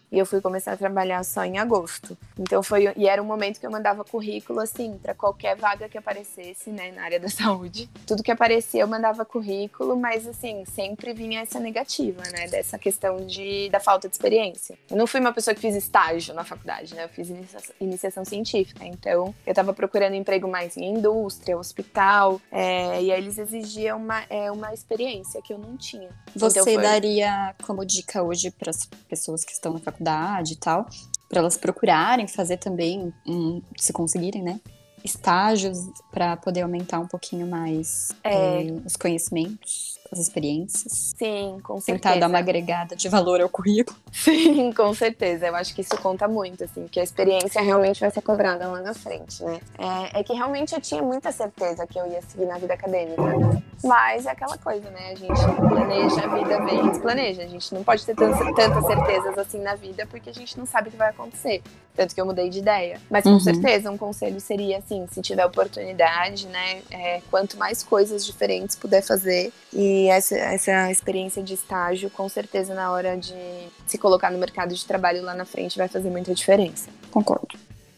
E eu fui começar a trabalhar só em agosto. Então foi, e era um momento que eu mandava currículo, assim, para qualquer vaga que aparecesse, né, na área da saúde. Tudo que aparecia eu mandava currículo, mas assim, sempre vinha essa negativa, né, dessa questão de, da falta de experiência. Eu não fui uma pessoa que fiz estágio na faculdade, né, eu fiz inicia- iniciação científica. Então eu tava procurando emprego mais em indústria, hospital, é, e aí eles exigiam uma, é, uma experiência que eu não tinha. Você então, foi... daria como dica hoje para as pessoas que estão na faculdade e tal, para elas procurarem fazer também, um, se conseguirem, né, estágios para poder aumentar um pouquinho mais É. eh, os conhecimentos, as experiências? Sim, com Tentar certeza. dar uma agregada de valor ao currículo. Sim, com certeza. Eu acho que isso conta muito, assim, que a experiência realmente vai ser cobrada lá na frente, né? É, é que realmente eu tinha muita certeza que eu ia seguir na vida acadêmica. Mas é aquela coisa, né? A gente planeja a vida bem, desplaneja. A gente não pode ter tantas, tantas certezas assim na vida porque a gente não sabe o que vai acontecer. Tanto que eu mudei de ideia. Mas com Uhum. certeza um conselho seria assim, se tiver oportunidade, né? É, quanto mais coisas diferentes puder fazer. E essa, essa experiência de estágio, com certeza, na hora de se colocar no mercado de trabalho lá na frente, vai fazer muita diferença. Concordo.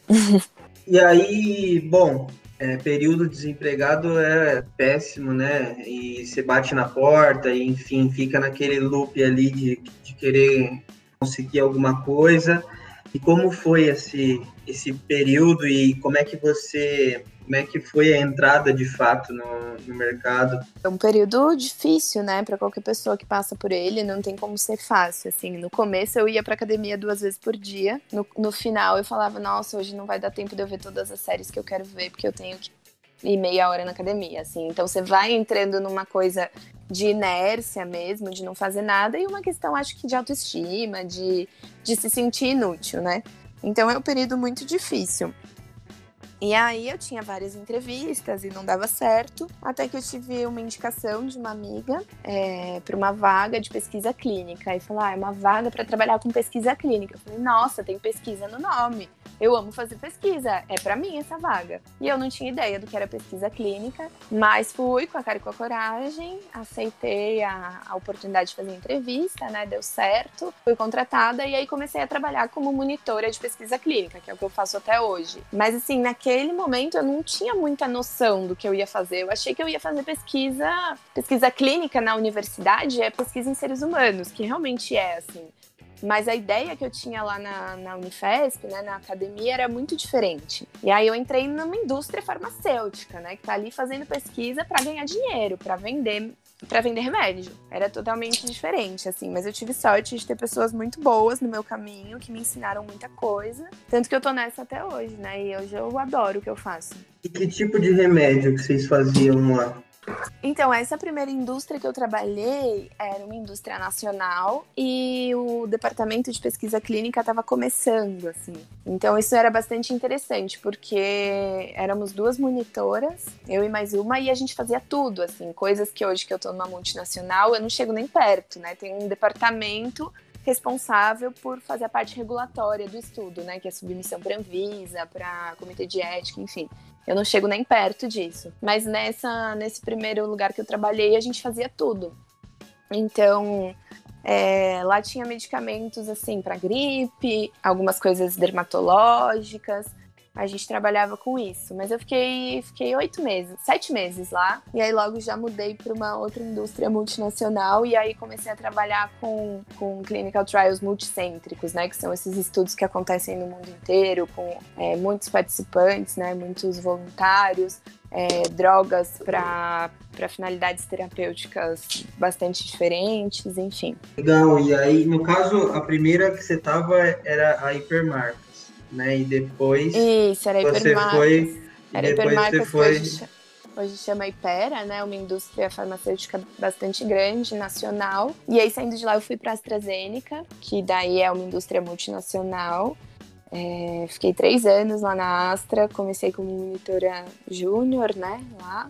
E aí, bom, é, período desempregado é péssimo, né? E você bate na porta, e enfim, fica naquele loop ali de, de querer conseguir alguma coisa. E como foi esse, esse período e como é que você, como é que foi a entrada de fato no, no mercado? É um período difícil, né, para qualquer pessoa que passa por ele, não tem como ser fácil, assim. No começo eu ia pra academia duas vezes por dia, no, no final eu falava, nossa, hoje não vai dar tempo de eu ver todas as séries que eu quero ver, porque eu tenho que ir meia hora na academia, assim. Então você vai entrando numa coisa de inércia mesmo, de não fazer nada, e uma questão, acho que de autoestima, de, de se sentir inútil, né? Então é um período muito difícil. E aí eu tinha várias entrevistas e não dava certo, até que eu tive uma indicação de uma amiga é, para uma vaga de pesquisa clínica. E falou, ah, é uma vaga para trabalhar com pesquisa clínica. Eu falei, nossa, tem pesquisa no nome. Eu amo fazer pesquisa, é para mim essa vaga. E eu não tinha ideia do que era pesquisa clínica, mas fui com a cara e com a coragem, aceitei a, a oportunidade de fazer entrevista, né, deu certo, fui contratada e aí comecei a trabalhar como monitora de pesquisa clínica, que é o que eu faço até hoje. Mas assim, naquele momento eu não tinha muita noção do que eu ia fazer, eu achei que eu ia fazer pesquisa, pesquisa clínica na universidade, é pesquisa em seres humanos, que realmente é assim. Mas a ideia que eu tinha lá na, na Unifesp, né, na academia, era muito diferente. E aí eu entrei numa indústria farmacêutica, né, que tá ali fazendo pesquisa para ganhar dinheiro, para vender, para vender remédio. Era totalmente diferente, assim. Mas eu tive sorte de ter pessoas muito boas no meu caminho, que me ensinaram muita coisa. Tanto que eu tô nessa até hoje, né, e hoje eu adoro o que eu faço. E que tipo de remédio que vocês faziam lá? Então, essa primeira indústria que eu trabalhei era uma indústria nacional e o departamento de pesquisa clínica estava começando, assim. Então, isso era bastante interessante, porque éramos duas monitoras, eu e mais uma, e a gente fazia tudo, assim, coisas que hoje que eu estou numa multinacional, eu não chego nem perto, né? Tem um departamento responsável por fazer a parte regulatória do estudo, né? Que é submissão para a Anvisa, para Comitê de Ética, enfim. Eu não chego nem perto disso. Mas nessa, nesse primeiro lugar que eu trabalhei, a gente fazia tudo. Então, é, lá tinha medicamentos, assim, para gripe, algumas coisas dermatológicas. A gente trabalhava com isso. Mas eu fiquei fiquei oito meses, sete meses lá. E aí logo já mudei para uma outra indústria multinacional. E aí comecei a trabalhar com, com clinical trials multicêntricos, né? Que são esses estudos que acontecem no mundo inteiro, com é, muitos participantes, né? Muitos voluntários. É, drogas para finalidades terapêuticas bastante diferentes, enfim. Legal, e aí, no caso, a primeira que você estava era a Hipermarcas, né? E depois Isso, era você Hipermarcas. foi... E Era depois Hipermarcas, você foi... hoje, hoje chama Hypera, né? Uma indústria farmacêutica bastante grande, nacional. E aí, saindo de lá, eu fui para a AstraZeneca, que daí é uma indústria multinacional. É, fiquei três anos lá na Astra, comecei como monitora júnior, né, lá.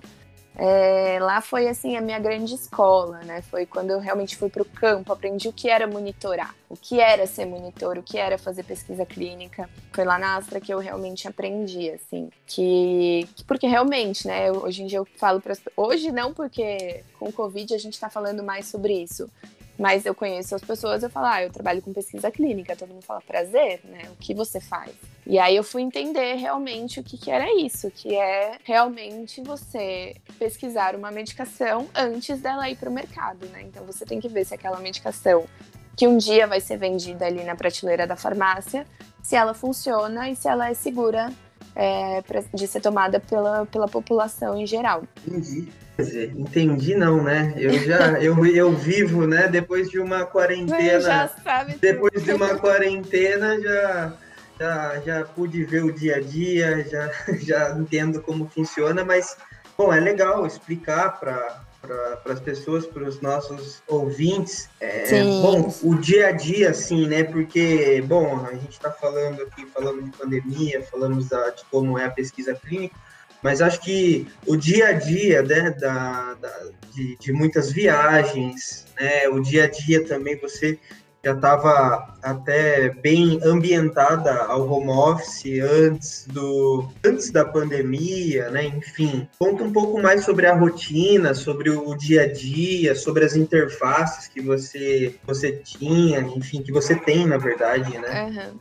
É, lá foi, assim, a minha grande escola, né, foi quando eu realmente fui para o campo, aprendi o que era monitorar, o que era ser monitor, o que era fazer pesquisa clínica. Foi lá na Astra que eu realmente aprendi, assim, que, porque realmente, né, hoje em dia eu falo para hoje não, porque com o Covid a gente está falando mais sobre isso, Mas eu conheço as pessoas, eu falo, ah, eu trabalho com pesquisa clínica. Todo mundo fala, prazer, né? O que você faz? E aí eu fui entender realmente o que, que era isso, que é realmente você pesquisar uma medicação antes dela ir para o mercado, né? Então você tem que ver se aquela medicação que um dia vai ser vendida ali na prateleira da farmácia, se ela funciona e se ela é segura é, pra, de ser tomada pela, pela população em geral. Entendi. Quer dizer, entendi não, né? Eu já eu, eu vivo, né? Depois de uma quarentena, já sabe depois tudo. de uma quarentena já já já pude ver o dia a dia, já já entendo como funciona, mas bom, é legal explicar para para as pessoas, para os nossos ouvintes, é, bom, o dia a dia, assim, né? Porque, bom, a gente está falando aqui, falando de pandemia, falamos da, de como é a pesquisa clínica, mas acho que o dia a dia, né, da, da, de, de muitas viagens, né, o dia a dia também, você já estava até bem ambientada ao home office antes, do, antes da pandemia, né, enfim. Conta um pouco mais sobre a rotina, sobre o dia a dia, sobre as interfaces que você, você tinha, enfim, que você tem, na verdade, né? Uhum.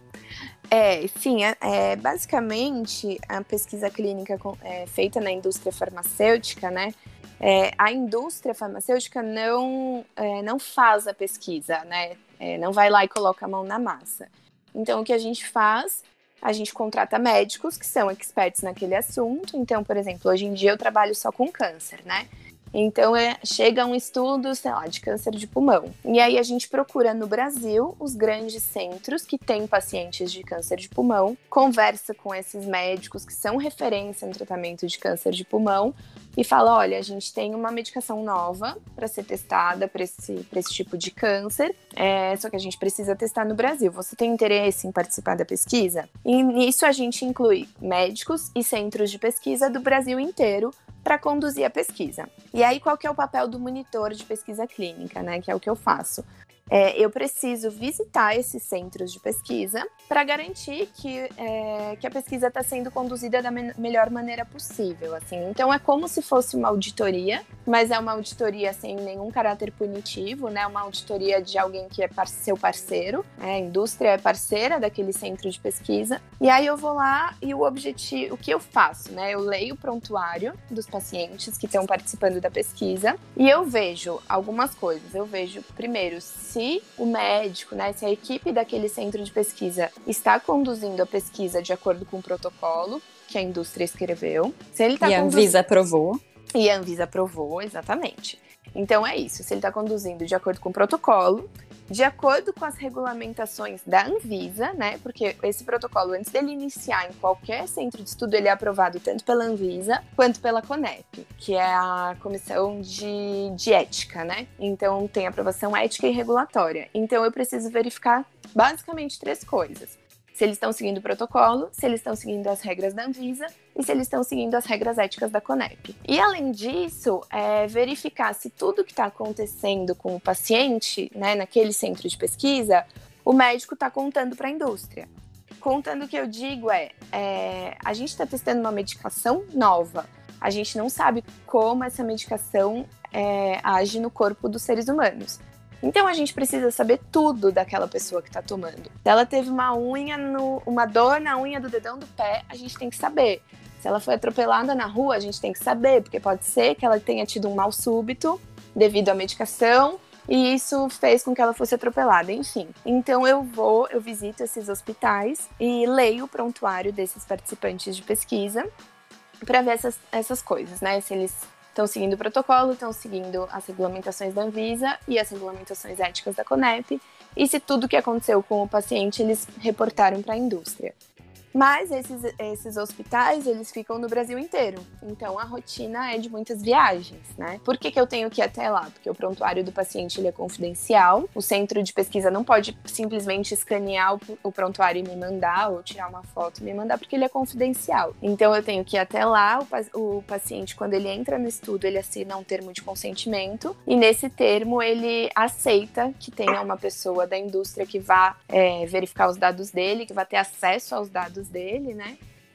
É, sim, é, é, basicamente a pesquisa clínica é, feita na indústria farmacêutica, né? É, a indústria farmacêutica não, é, não faz a pesquisa, né? É, não vai lá e coloca a mão na massa. Então, o que a gente faz? A gente contrata médicos que são experts naquele assunto. Então, por exemplo, hoje em dia eu trabalho só com câncer, né? Então, é, chega um estudo, sei lá, de câncer de pulmão. E aí a gente procura no Brasil os grandes centros que têm pacientes de câncer de pulmão, conversa com esses médicos que são referência no tratamento de câncer de pulmão e fala, olha, a gente tem uma medicação nova para ser testada para esse, para esse tipo de câncer, é, só que a gente precisa testar no Brasil. Você tem interesse em participar da pesquisa? E nisso a gente inclui médicos e centros de pesquisa do Brasil inteiro para conduzir a pesquisa. E aí, qual que é o papel do monitor de pesquisa clínica, né? Que é o que eu faço. É, eu preciso visitar esses centros de pesquisa para garantir que, é, que a pesquisa está sendo conduzida da me- melhor maneira possível, assim. Então, é como se fosse uma auditoria, mas é uma auditoria sem nenhum caráter punitivo, né? Uma auditoria de alguém que é par- seu parceiro, né? A indústria é parceira daquele centro de pesquisa. E aí eu vou lá e o objetivo, o que eu faço, né? Eu leio o prontuário dos pacientes que estão participando da pesquisa e eu vejo algumas coisas. Eu vejo, primeiro, se o médico, né, se a equipe daquele centro de pesquisa está conduzindo a pesquisa de acordo com o protocolo que a indústria escreveu. Se ele tá e a conduzindo... Anvisa aprovou. E a Anvisa aprovou, exatamente. Então é isso, se ele está conduzindo de acordo com o protocolo, de acordo com as regulamentações da Anvisa, né? Porque esse protocolo, antes dele iniciar em qualquer centro de estudo, ele é aprovado tanto pela Anvisa quanto pela CONEP, que é a Comissão de, de Ética, né? Então tem aprovação ética e regulatória. Então eu preciso verificar basicamente três coisas. Se eles estão seguindo o protocolo, se eles estão seguindo as regras da Anvisa e se eles estão seguindo as regras éticas da CONEP. E, além disso, é verificar se tudo que está acontecendo com o paciente, né, naquele centro de pesquisa, o médico está contando para a indústria. Contando o que eu digo é, é a gente está testando uma medicação nova, a gente não sabe como essa medicação é, age no corpo dos seres humanos. Então a gente precisa saber tudo daquela pessoa que está tomando. Se ela teve uma unha, no, uma dor na unha do dedão do pé, a gente tem que saber. Se ela foi atropelada na rua, a gente tem que saber, porque pode ser que ela tenha tido um mal súbito devido à medicação e isso fez com que ela fosse atropelada, enfim. Então eu vou, eu visito esses hospitais e leio o prontuário desses participantes de pesquisa para ver essas, essas coisas, né? Se eles estão seguindo o protocolo, estão seguindo as regulamentações da Anvisa e as regulamentações éticas da CONEP, e se tudo o que aconteceu com o paciente eles reportaram para a indústria. Mas esses, esses hospitais, eles ficam no Brasil inteiro. Então, a rotina é de muitas viagens, né? Por que que eu tenho que ir até lá? Porque o prontuário do paciente, ele é confidencial. O centro de pesquisa não pode simplesmente escanear o, o prontuário e me mandar, ou tirar uma foto e me mandar, porque ele é confidencial. Então, eu tenho que ir até lá. O, o paciente, quando ele entra no estudo, ele assina um termo de consentimento. E nesse termo, ele aceita que tenha uma pessoa da indústria que vá é, verificar os dados dele, que vá ter acesso aos dados dele, né?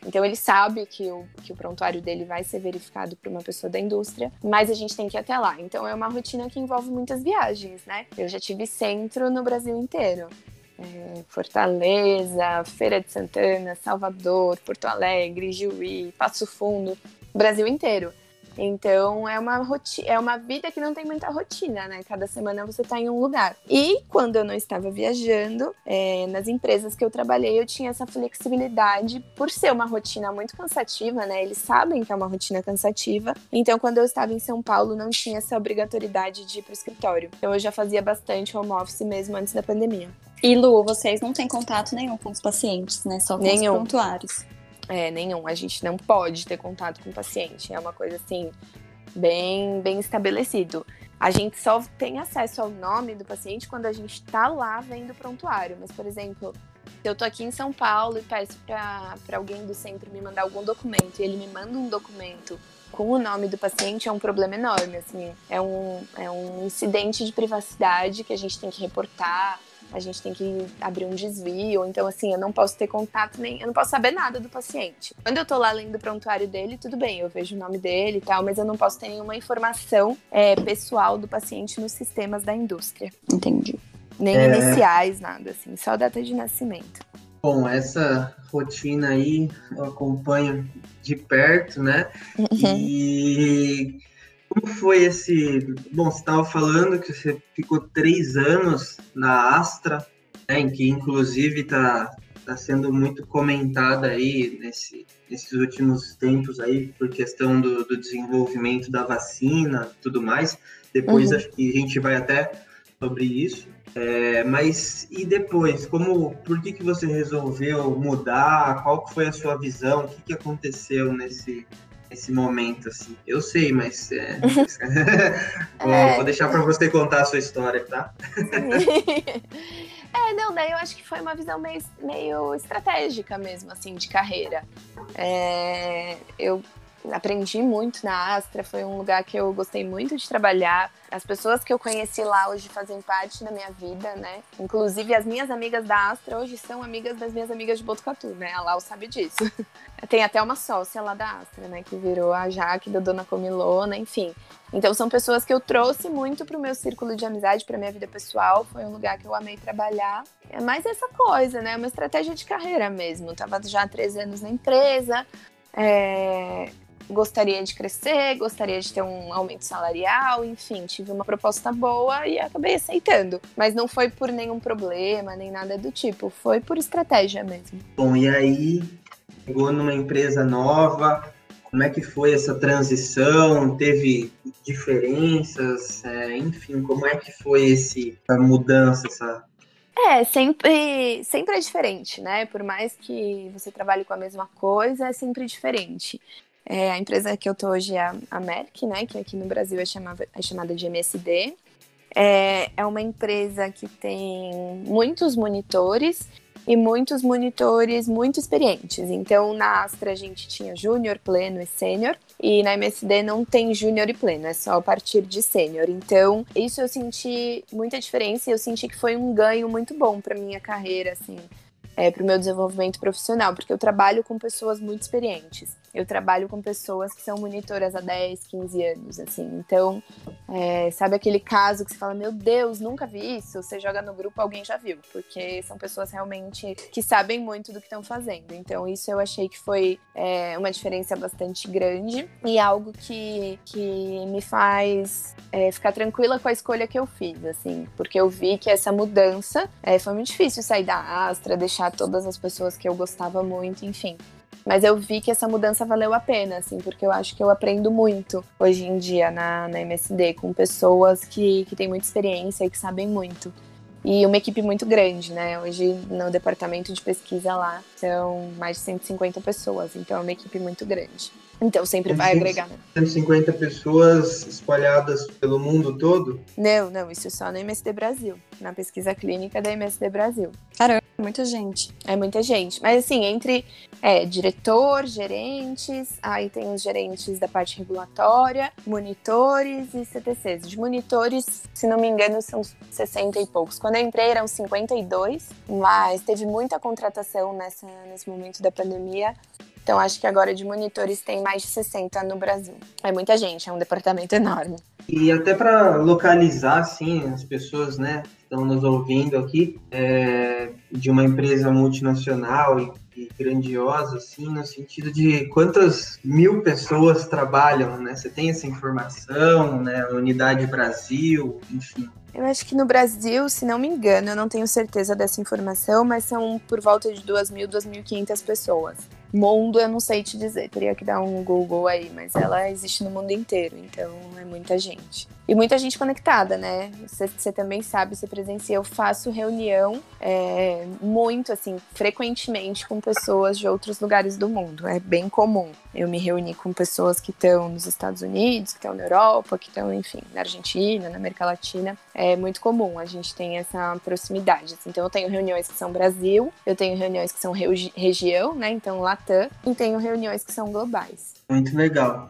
Então ele sabe que o, que o prontuário dele vai ser verificado por uma pessoa da indústria, mas a gente tem que ir até lá. Então é uma rotina que envolve muitas viagens, né? Eu já tive centro no Brasil inteiro. É, Fortaleza, Feira de Santana, Salvador, Porto Alegre, Juí, Passo Fundo, Brasil inteiro. Então é uma, roti- é uma vida que não tem muita rotina, né? Cada semana você tá em um lugar. E quando eu não estava viajando, é, nas empresas que eu trabalhei, eu tinha essa flexibilidade por ser uma rotina muito cansativa, né? Eles sabem que é uma rotina cansativa. Então quando eu estava em São Paulo, não tinha essa obrigatoriedade de ir pro escritório. Então eu já fazia bastante home office mesmo antes da pandemia. E Lu, vocês não têm contato nenhum com os pacientes, né? Só com Nenhum. os prontuários. É, nenhum. A gente não pode ter contato com o paciente. É uma coisa, assim, bem, bem estabelecido. A gente só tem acesso ao nome do paciente quando a gente tá lá vendo o prontuário. Mas, por exemplo, se eu tô aqui em São Paulo e peço pra, pra alguém do centro me mandar algum documento e ele me manda um documento com o nome do paciente, é um problema enorme, assim. É um, é um incidente de privacidade que a gente tem que reportar. A gente tem que abrir um desvio, então assim, eu não posso ter contato nem, eu não posso saber nada do paciente. Quando eu tô lá lendo o prontuário dele, tudo bem, eu vejo o nome dele e tal, mas eu não posso ter nenhuma informação é, pessoal do paciente nos sistemas da indústria. Entendi. Nem É... iniciais, nada assim, só data de nascimento. Bom, essa rotina aí eu acompanho de perto, né? Uhum. E como foi esse... Bom, você estava falando que você ficou três anos na Astra, né, em que inclusive está tá sendo muito comentada aí nesse, nesses últimos tempos aí por questão do, do desenvolvimento da vacina e tudo mais. Depois Uhum. acho que a gente vai até sobre isso. É, mas e depois? Como, por que, que você resolveu mudar? Qual foi a sua visão? O que, que aconteceu nesse... esse momento, assim? Eu sei, mas é... vou, É. vou deixar para você contar a sua história, tá? É, não, daí eu acho que foi uma visão meio, meio estratégica mesmo, assim, de carreira. É, eu aprendi muito na Astra, foi um lugar que eu gostei muito de trabalhar. As pessoas que eu conheci lá hoje fazem parte da minha vida, né? Inclusive, as minhas amigas da Astra hoje são amigas das minhas amigas de Botucatu, né? A Lau sabe disso. Tem até uma sócia lá da Astra, né? Que virou a Jaque da Dona Comilona, enfim. Então, são pessoas que eu trouxe muito pro meu círculo de amizade, pra minha vida pessoal. Foi um lugar que eu amei trabalhar. É mais essa coisa, né? Uma estratégia de carreira mesmo. Eu tava já há treze anos na empresa. É... Gostaria de crescer, gostaria de ter um aumento salarial, enfim, tive uma proposta boa e acabei aceitando. Mas não foi por nenhum problema, nem nada do tipo, foi por estratégia mesmo. Bom, e aí, chegou numa empresa nova, como é que foi essa transição? Teve diferenças? É, enfim, como é que foi esse, essa mudança, essa... É, sempre, sempre é diferente, né? Por mais que você trabalhe com a mesma coisa, é sempre diferente. É, a empresa que eu tô hoje é a Merck, né, que aqui no Brasil é chamada, é chamada de M S D. É, é uma empresa que tem muitos monitores e muitos monitores muito experientes. Então, na Astra a gente tinha júnior, pleno e sênior. E na M S D não tem júnior e pleno, é só a partir de sênior. Então, isso eu senti muita diferença e eu senti que foi um ganho muito bom para minha carreira, assim. É, para o meu desenvolvimento profissional, porque eu trabalho com pessoas muito experientes. Eu trabalho com pessoas que são monitoras há dez, quinze anos, assim. Então, é, sabe aquele caso que você fala, meu Deus, nunca vi isso? Você joga no grupo, alguém já viu. Porque são pessoas realmente que sabem muito do que estão fazendo. Então, isso eu achei que foi é, uma diferença bastante grande e algo que, que me faz é, ficar tranquila com a escolha que eu fiz, assim. Porque eu vi que essa mudança é, foi muito difícil sair da Astra, deixar todas as pessoas que eu gostava muito, enfim. Mas eu vi que essa mudança valeu a pena, assim, porque eu acho que eu aprendo muito hoje em dia na, na M S D, com pessoas que, que têm muita experiência e que sabem muito. E uma equipe muito grande, né? Hoje no departamento de pesquisa lá são mais de cento e cinquenta pessoas, então é uma equipe muito grande. Então sempre vai agregar, né? cento e cinquenta pessoas espalhadas pelo mundo todo? Não, não, isso é só na M S D Brasil, na pesquisa clínica da M S D Brasil. Caramba, muita gente. É muita gente. Mas assim, entre é, diretor, gerentes, aí tem os gerentes da parte regulatória, monitores e C T Cs. De monitores, se não me engano, são sessenta e poucos. Quando eu entrei eram cinquenta e dois, mas teve muita contratação nessa, nesse momento da pandemia. Então, acho que agora de monitores tem mais de sessenta no Brasil. É muita gente, é um departamento enorme. E até para localizar, assim, as pessoas, né, que estão nos ouvindo aqui, é, de uma empresa multinacional e, e grandiosa, assim, no sentido de quantas mil pessoas trabalham, né? Você tem essa informação, né? Unidade Brasil, enfim. Eu acho que no Brasil, se não me engano, eu não tenho certeza dessa informação, mas são por volta de duas mil, duas mil e quinhentas pessoas. Mundo, eu não sei te dizer, teria que dar um Google aí, mas ela existe no mundo inteiro, então é muita gente. E muita gente conectada, né? Você, você também sabe, você presencia, eu faço reunião é, muito, assim, frequentemente com pessoas de outros lugares do mundo, é bem comum. Eu me reuni com pessoas que estão nos Estados Unidos, que estão na Europa, que estão, enfim, na Argentina, na América Latina. É muito comum, a gente tem essa proximidade. Assim. Então eu tenho reuniões que são Brasil, eu tenho reuniões que são regi- região, né? Então Latam, e tenho reuniões que são globais. Muito legal.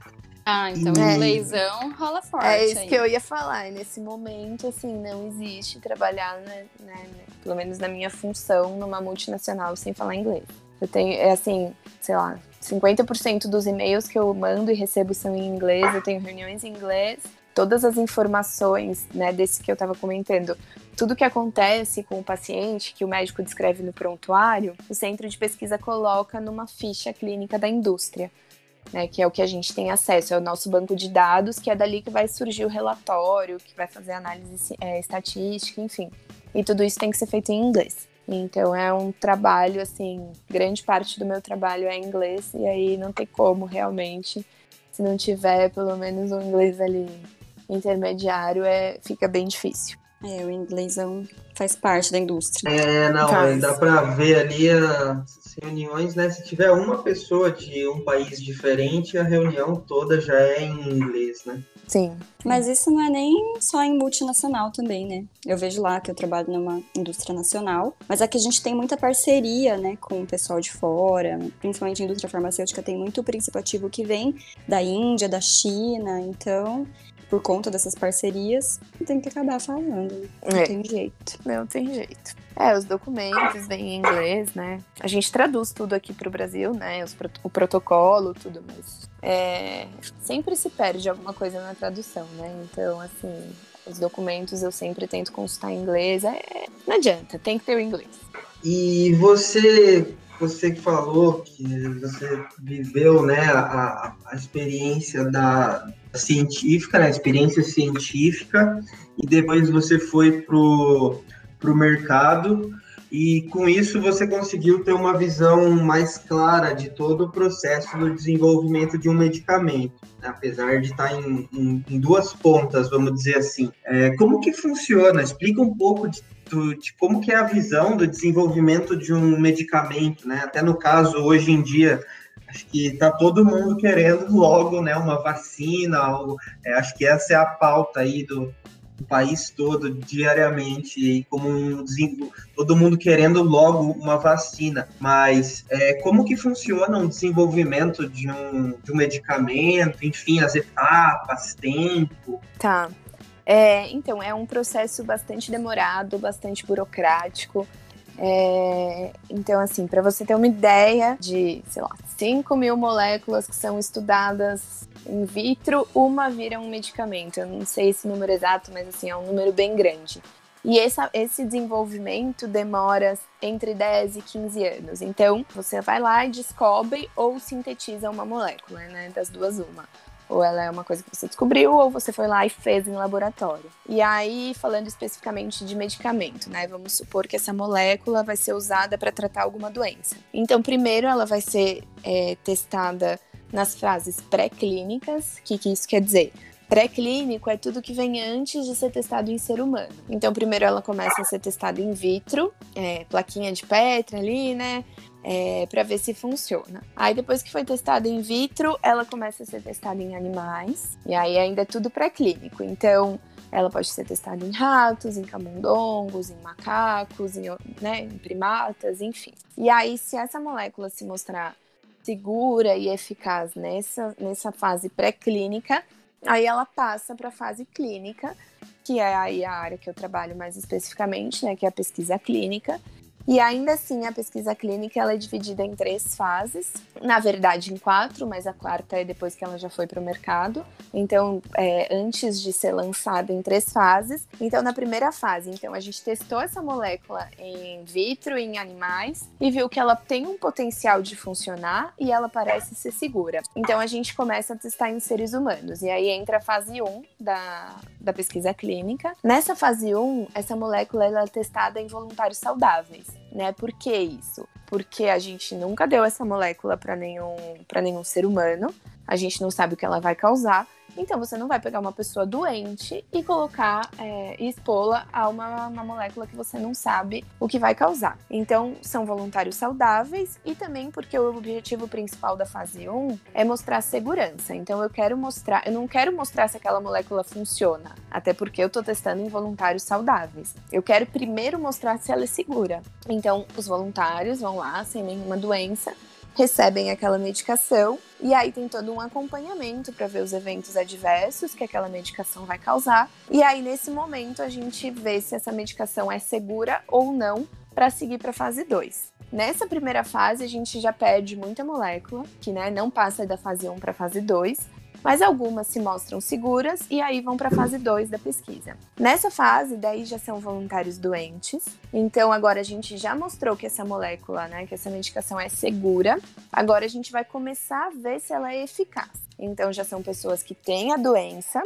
Ah, então É. o inglêsão rola forte. É isso aí. que eu ia falar. Nesse momento, assim, não existe trabalhar, né, né, pelo menos na minha função, numa multinacional sem falar inglês. Eu tenho, é assim, sei lá, cinquenta por cento dos e-mails que eu mando e recebo são em inglês, eu tenho reuniões em inglês. Todas as informações, né, desse que eu estava comentando, tudo que acontece com o paciente, que o médico descreve no prontuário, o centro de pesquisa coloca numa ficha clínica da indústria. Né, que é o que a gente tem acesso, é o nosso banco de dados, que é dali que vai surgir o relatório, que vai fazer análise é, estatística, enfim. E tudo isso tem que ser feito em inglês. Então é um trabalho, assim, grande parte do meu trabalho é em inglês, e aí não tem como realmente, se não tiver pelo menos um inglês ali intermediário, é, fica bem difícil. É, o inglêsão faz parte da indústria. É, não, Faz. dá para ver ali as reuniões, né? Se tiver uma pessoa de um país diferente, a reunião toda já é em inglês, né? Sim. Mas isso não é nem só em multinacional também, né? Eu vejo lá que eu trabalho numa indústria nacional, mas aqui a gente tem muita parceria, né, com o pessoal de fora, principalmente a indústria farmacêutica tem muito princípio ativo que vem da Índia, da China, então, por conta dessas parcerias, tem que acabar falando, não É. tem jeito. Não tem jeito. É, os documentos vêm em inglês, né? A gente traduz tudo aqui pro Brasil, né? Os, o protocolo, tudo, mas é, sempre se perde alguma coisa na tradução, né? Então, assim, os documentos eu sempre tento consultar em inglês. É, não adianta, tem que ter o inglês. E você, você que falou que você viveu, né, a, a experiência da científica, né, a experiência científica, e depois você foi pro para o mercado, e com isso você conseguiu ter uma visão mais clara de todo o processo do desenvolvimento de um medicamento, né? Apesar de estar em, em, em duas pontas, vamos dizer assim. É, como que funciona? Explica um pouco de, do, de como que é a visão do desenvolvimento de um medicamento, né? Até no caso, hoje em dia, acho que está todo mundo querendo logo, né, uma vacina, algo, é, acho que essa é a pauta aí do o país todo, diariamente, e como um, todo mundo querendo logo uma vacina. Mas é, como que funciona o desenvolvimento de um, de um medicamento, enfim, as etapas, tempo? Tá. É, então, é um processo bastante demorado, bastante burocrático. É, então, assim, para você ter uma ideia de, sei lá, cinco mil moléculas que são estudadas in vitro, uma vira um medicamento. Eu não sei esse número exato, mas assim, é um número bem grande. E essa, esse desenvolvimento demora entre dez e quinze anos. Então, você vai lá e descobre ou sintetiza uma molécula, né? Das duas, uma. Ou ela é uma coisa que você descobriu, ou você foi lá e fez em laboratório. E aí, falando especificamente de medicamento, né? Vamos supor que essa molécula vai ser usada para tratar alguma doença. Então, primeiro ela vai ser é, testada nas fases pré-clínicas. O que, que isso quer dizer? Pré-clínico é tudo que vem antes de ser testado em ser humano. Então, primeiro ela começa a ser testada in vitro, é, plaquinha de Petri ali, né? É, para ver se funciona. Aí, depois que foi testada in vitro, ela começa a ser testada em animais. E aí ainda é tudo pré-clínico. Então, ela pode ser testada em ratos, em camundongos, em macacos, em, né, em primatas, enfim. E aí, se essa molécula se mostrar segura e eficaz nessa, nessa fase pré-clínica, aí ela passa para a fase clínica, que é aí a área que eu trabalho mais especificamente, né, que é a pesquisa clínica. E ainda assim, a pesquisa clínica ela é dividida em três fases. Na verdade, em quatro, mas a quarta é depois que ela já foi para o mercado. Então, é, antes de ser lançada em três fases. Então, na primeira fase, então, a gente testou essa molécula em vitro, em animais, e viu que ela tem um potencial de funcionar e ela parece ser segura. Então, a gente começa a testar em seres humanos. E aí entra a fase um da, da pesquisa clínica. Nessa fase um, essa molécula ela é testada em voluntários saudáveis. Né? Por que isso? Porque a gente nunca deu essa molécula para nenhum, para nenhum ser humano, a gente não sabe o que ela vai causar, então você não vai pegar uma pessoa doente e colocar é, e expô-la a uma, uma molécula que você não sabe o que vai causar. Então, são voluntários saudáveis e também porque o objetivo principal da fase um é mostrar segurança. Então, eu quero mostrar, eu não quero mostrar se aquela molécula funciona, até porque eu tô testando em voluntários saudáveis. Eu quero primeiro mostrar se ela é segura. Então, os voluntários vão lá sem nenhuma doença, recebem aquela medicação e aí tem todo um acompanhamento para ver os eventos adversos que aquela medicação vai causar. E aí, nesse momento, a gente vê se essa medicação é segura ou não para seguir para a fase dois. Nessa primeira fase, a gente já perde muita molécula, que né, não passa da fase um para a fase dois, mas algumas se mostram seguras e aí vão para a fase dois da pesquisa. Nessa fase, daí já são voluntários doentes. Então, agora a gente já mostrou que essa molécula, né, que essa medicação é segura. Agora a gente vai começar a ver se ela é eficaz. Então, já são pessoas que têm a doença,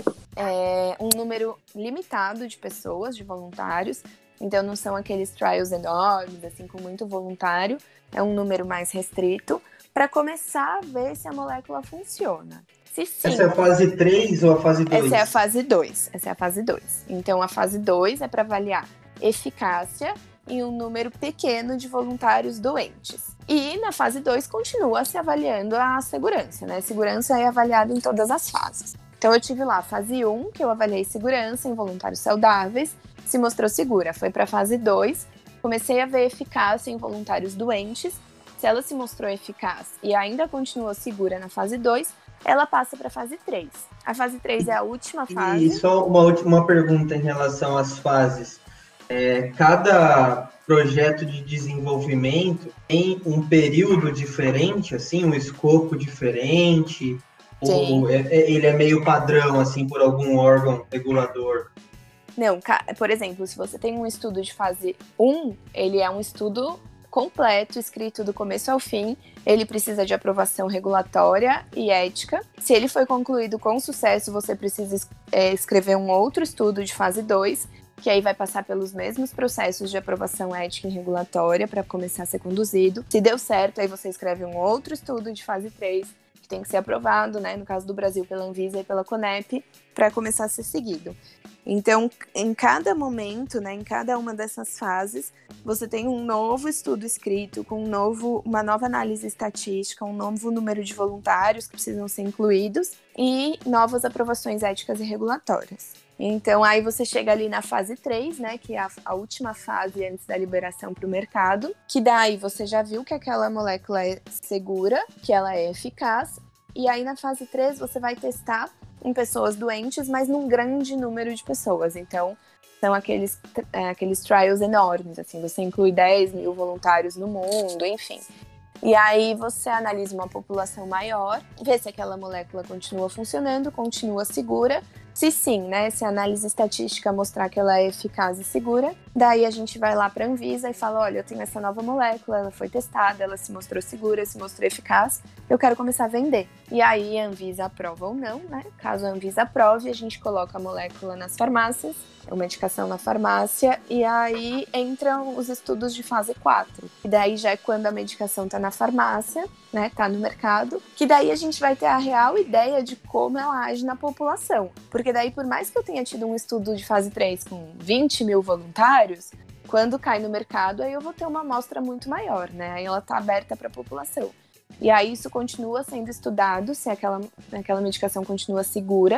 é, um número limitado de pessoas, de voluntários. Então, não são aqueles trials enormes, assim, com muito voluntário. É um número mais restrito, para começar a ver se a molécula funciona. Se sim, essa é a fase três ou a fase dois? Essa é a fase dois. Essa é a fase dois. Então, a fase dois é para avaliar eficácia em um número pequeno de voluntários doentes. E na fase dois continua se avaliando a segurança, né? Segurança é avaliada em todas as fases. Então, eu tive lá a fase um, que eu avaliei segurança em voluntários saudáveis, se mostrou segura. Foi para a fase dois, comecei a ver eficácia em voluntários doentes. Se ela se mostrou eficaz e ainda continua segura na fase dois, ela passa para a fase três. A fase três é a última fase. E só uma última pergunta em relação às fases. É, cada projeto de desenvolvimento tem um período diferente, assim, um escopo diferente? Sim. Ou é, ele é meio padrão, assim, por algum órgão regulador? Não, por exemplo, se você tem um estudo de fase um, ele é um estudo completo, escrito do começo ao fim. Ele precisa de aprovação regulatória e ética. Se ele foi concluído com sucesso, você precisa é, escrever um outro estudo de fase dois, que aí vai passar pelos mesmos processos de aprovação ética e regulatória para começar a ser conduzido. Se deu certo, aí você escreve um outro estudo de fase três, que tem que ser aprovado, né, no caso do Brasil, pela Anvisa e pela Conep, para começar a ser seguido. Então, em cada momento, né, em cada uma dessas fases, você tem um novo estudo escrito, com um novo, uma nova análise estatística, um novo número de voluntários que precisam ser incluídos e novas aprovações éticas e regulatórias. Então, aí você chega ali na fase três, né, que é a, a última fase antes da liberação para o mercado, que daí você já viu que aquela molécula é segura, que ela é eficaz, e aí na fase três você vai testar em pessoas doentes, mas num grande número de pessoas. Então, são aqueles, é, aqueles trials enormes, assim, você inclui dez mil voluntários no mundo, enfim. E aí você analisa uma população maior, vê se aquela molécula continua funcionando, continua segura. Se sim, né, se a análise estatística mostrar que ela é eficaz e segura, daí a gente vai lá para a Anvisa e fala, olha, eu tenho essa nova molécula, ela foi testada, ela se mostrou segura, se mostrou eficaz, eu quero começar a vender. E aí a Anvisa aprova ou não, né? Caso a Anvisa aprove, a gente coloca a molécula nas farmácias, a medicação na farmácia, e aí entram os estudos de fase quatro. E daí já é quando a medicação está na farmácia, né, tá no mercado, que daí a gente vai ter a real ideia de como ela age na população. Porque daí, por mais que eu tenha tido um estudo de fase três com vinte mil voluntários, quando cai no mercado, aí eu vou ter uma amostra muito maior, né? Aí ela tá aberta para a população. E aí isso continua sendo estudado, se aquela, aquela medicação continua segura.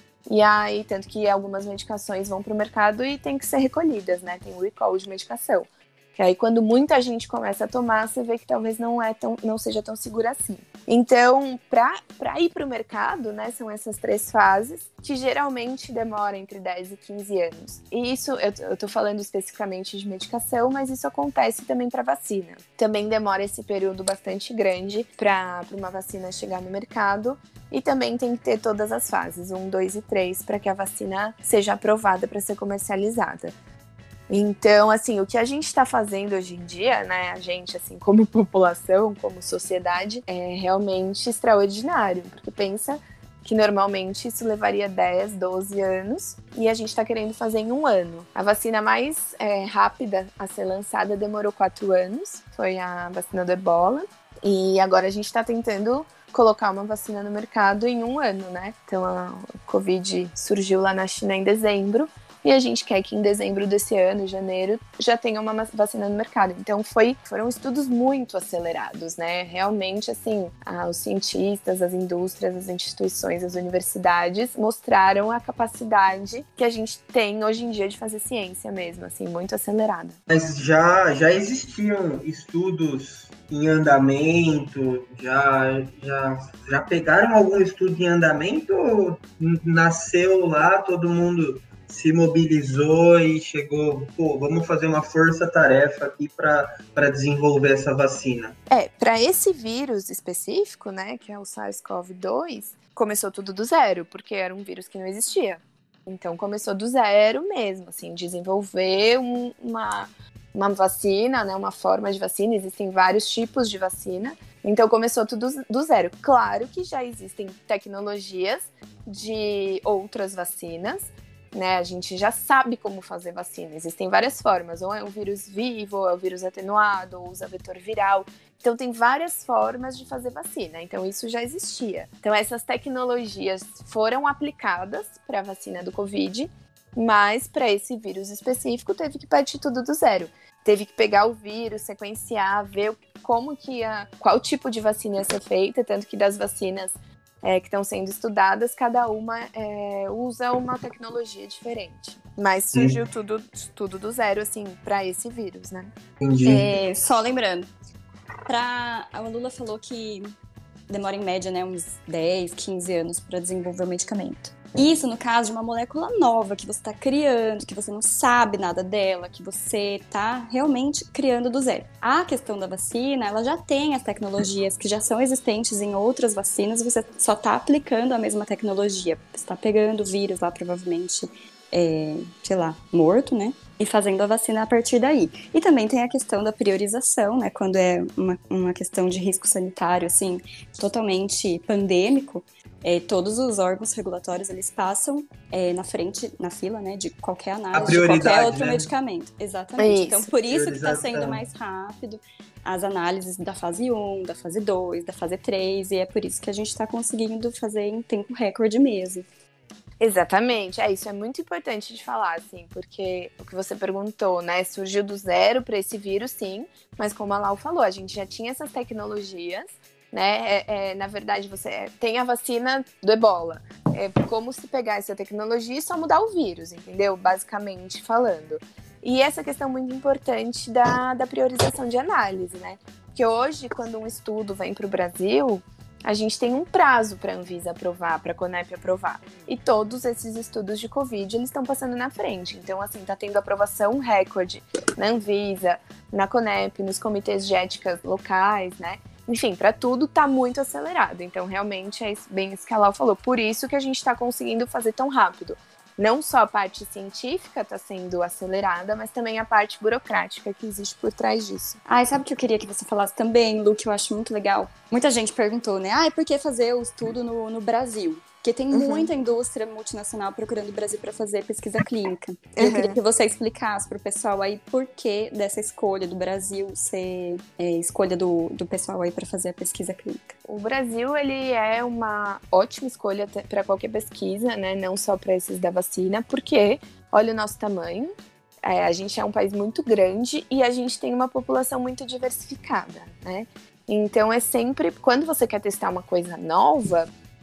E aí, tanto que algumas medicações vão para o mercado e tem que ser recolhidas, né? Tem o recall de medicação. Que aí quando muita gente começa a tomar, você vê que talvez não, é tão, não seja tão segura assim. Então, para ir para o mercado, né, são essas três fases, que geralmente demoram entre dez e quinze anos. E isso, eu estou falando especificamente de medicação, mas isso acontece também para vacina. Também demora esse período bastante grande para uma vacina chegar no mercado. E também tem que ter todas as fases, um, dois e três, para que a vacina seja aprovada para ser comercializada. Então, assim, o que a gente está fazendo hoje em dia, né, a gente, assim, como população, como sociedade, é realmente extraordinário, porque pensa que normalmente isso levaria dez, doze anos e a gente está querendo fazer em um ano. A vacina mais é, rápida a ser lançada demorou quatro anos, foi a vacina do Ebola, e agora a gente está tentando colocar uma vacina no mercado em um ano, né? Então a Covid surgiu lá na China em dezembro, e a gente quer que em dezembro desse ano, janeiro, já tenha uma vacina no mercado. Então foi, foram estudos muito acelerados, né? Realmente, assim, os cientistas, as indústrias, as instituições, as universidades mostraram a capacidade que a gente tem hoje em dia de fazer ciência mesmo, assim, muito acelerada. Mas já, já existiam estudos em andamento? Já, já, já pegaram algum estudo em andamento ou nasceu lá, todo mundo se mobilizou e chegou, pô, vamos fazer uma força-tarefa aqui para desenvolver essa vacina? É, para esse vírus específico, né, que é o SARS-CoV dois, começou tudo do zero, porque era um vírus que não existia. Então começou do zero mesmo, assim, desenvolver um, uma, uma vacina, né, uma forma de vacina, existem vários tipos de vacina, então começou tudo do zero. Claro que já existem tecnologias de outras vacinas, né, a gente já sabe como fazer vacina, existem várias formas, ou é um vírus vivo, ou é um vírus atenuado, ou usa vetor viral, então tem várias formas de fazer vacina, então isso já existia. Então essas tecnologias foram aplicadas para a vacina do Covid, mas para esse vírus específico teve que partir tudo do zero. Teve que pegar o vírus, sequenciar, ver como que ia, qual tipo de vacina ia ser feita, tanto que das vacinas É, que estão sendo estudadas, cada uma é, usa uma tecnologia diferente. Mas surgiu tudo, tudo do zero, assim, para esse vírus, né? Entendi. É, só lembrando, pra, a Lula falou que demora em média, né, uns dez, quinze anos para desenvolver o medicamento. Isso no caso de uma molécula nova que você está criando, que você não sabe nada dela, que você está realmente criando do zero. A questão da vacina, ela já tem as tecnologias que já são existentes em outras vacinas, você só está aplicando a mesma tecnologia. Você está pegando o vírus lá, provavelmente, é, sei lá, morto, né? E fazendo a vacina a partir daí. E também tem a questão da priorização, né? Quando é uma, uma questão de risco sanitário, assim, totalmente pandêmico, É, todos os órgãos regulatórios, eles passam é, na frente, na fila, né, de qualquer análise, de qualquer outro né? medicamento. Exatamente. Isso. Então, por isso que está sendo mais rápido as análises da fase um, da fase dois, da fase três, e é por isso que a gente está conseguindo fazer em tempo recorde mesmo. Exatamente, é, isso é muito importante de falar, assim, porque o que você perguntou, né, surgiu do zero para esse vírus, sim, mas como a Lau falou, a gente já tinha essas tecnologias, né, é, é, na verdade você tem a vacina do Ebola, é como se pegar essa tecnologia e só mudar o vírus, entendeu? Basicamente falando. E essa questão muito importante da, da priorização de análise, né, porque hoje quando um estudo vem para o Brasil, a gente tem um prazo para a Anvisa aprovar, para a Conep aprovar. E todos esses estudos de Covid, eles estão passando na frente. Então, assim, tá tendo aprovação recorde na Anvisa, na Conep, nos comitês de éticas locais, né? Enfim, para tudo tá muito acelerado. Então, realmente, é bem isso que a Lau falou. Por isso que a gente está conseguindo fazer tão rápido. Não só a parte científica está sendo acelerada, mas também a parte burocrática que existe por trás disso. Ah, e sabe o que eu queria que você falasse também, Lu, que eu acho muito legal? Muita gente perguntou, né? Ah, e por que fazer o estudo no, no Brasil? Porque tem uhum. muita indústria multinacional procurando o Brasil para fazer pesquisa clínica. E uhum. eu queria que você explicasse para o pessoal aí por que dessa escolha do Brasil ser é, escolha do, do pessoal aí para fazer a pesquisa clínica. O Brasil, ele é uma ótima escolha para qualquer pesquisa, né? Não só para esses da vacina, porque olha o nosso tamanho. É, a gente é um país muito grande e a gente tem uma população muito diversificada, né? Então é sempre, quando você quer testar uma coisa nova,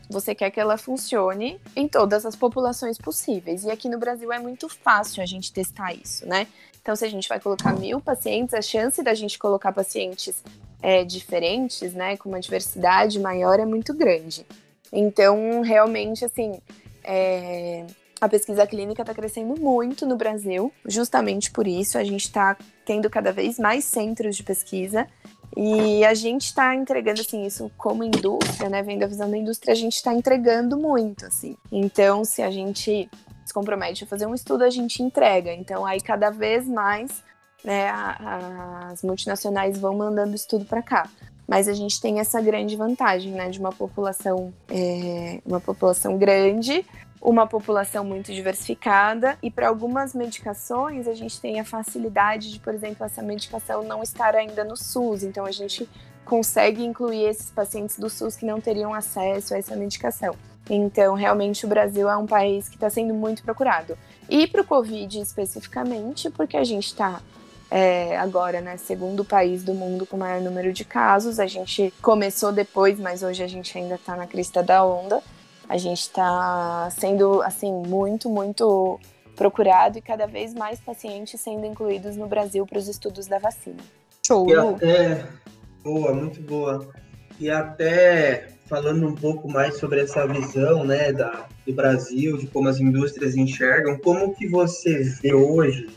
você quer que ela funcione em todas as populações possíveis. E aqui no Brasil é muito fácil a gente testar isso, né? Então, se a gente vai colocar mil pacientes, a chance da gente colocar pacientes é, diferentes, né, com uma diversidade maior é muito grande. Então, realmente, assim, é... a pesquisa clínica está crescendo muito no Brasil, justamente por isso. A gente está tendo cada vez mais centros de pesquisa e a gente está entregando, assim, isso como indústria, né, vendo a visão da indústria, a gente está entregando muito, assim. Então, se a gente se compromete a fazer um estudo, a gente entrega. Então, aí cada vez mais, né, a, a, as multinacionais vão mandando estudo para cá. Mas a gente tem essa grande vantagem, né, de uma população, é, uma população grande, uma população muito diversificada, e para algumas medicações a gente tem a facilidade de, por exemplo, essa medicação não estar ainda no SUS. Então, a gente consegue incluir esses pacientes do SUS que não teriam acesso a essa medicação. Então, realmente, o Brasil é um país que está sendo muito procurado. E para o Covid, especificamente, porque a gente está é, agora, né, segundo país do mundo com o maior número de casos. A gente começou depois, mas hoje a gente ainda está na crista da onda. A gente está sendo, assim, muito, muito procurado e cada vez mais pacientes sendo incluídos no Brasil para os estudos da vacina. Show! E até... Boa, muito boa. E até... falando um pouco mais sobre essa visão, né, da, do Brasil, de como as indústrias enxergam, como que você vê hoje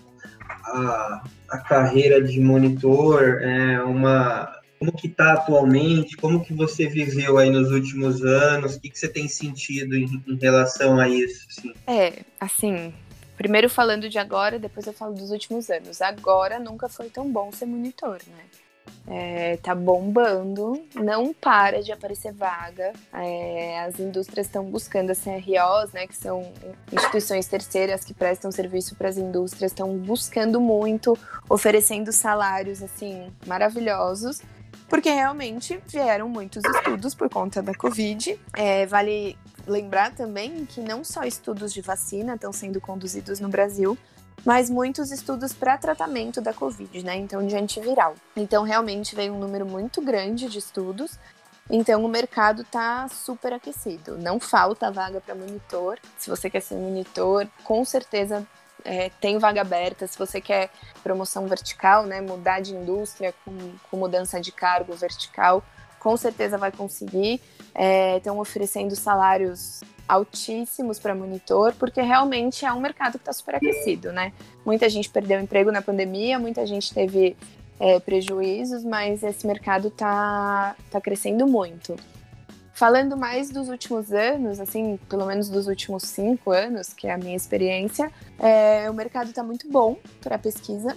a, a carreira de monitor, é, uma, como que está atualmente, como que você viveu aí nos últimos anos, o que, que você tem sentido em, em relação a isso? Assim? É, assim, primeiro falando de agora, depois eu falo dos últimos anos. Agora nunca foi tão bom ser monitor, né? É, tá bombando, não para de aparecer vaga. É, as indústrias estão buscando as C R Os, né, que são instituições terceiras que prestam serviço para as indústrias, estão buscando muito, oferecendo salários assim maravilhosos, porque realmente vieram muitos estudos por conta da Covid. É, vale lembrar também que não só estudos de vacina estão sendo conduzidos no Brasil, mas muitos estudos para tratamento da Covid, né? Então, de antiviral. Então, realmente veio um número muito grande de estudos. Então, o mercado tá super aquecido. Não falta vaga para monitor. Se você quer ser monitor, com certeza é, tem vaga aberta. Se você quer promoção vertical, né? Mudar de indústria com, com mudança de cargo vertical, com certeza vai conseguir. Estão é, oferecendo salários altíssimos para monitor, porque realmente é um mercado que está super aquecido, né? Muita gente perdeu emprego na pandemia, muita gente teve é, prejuízos, mas esse mercado tá, tá crescendo muito. Falando mais dos últimos anos, assim, pelo menos dos últimos cinco anos, que é a minha experiência, é, o mercado está muito bom para pesquisa.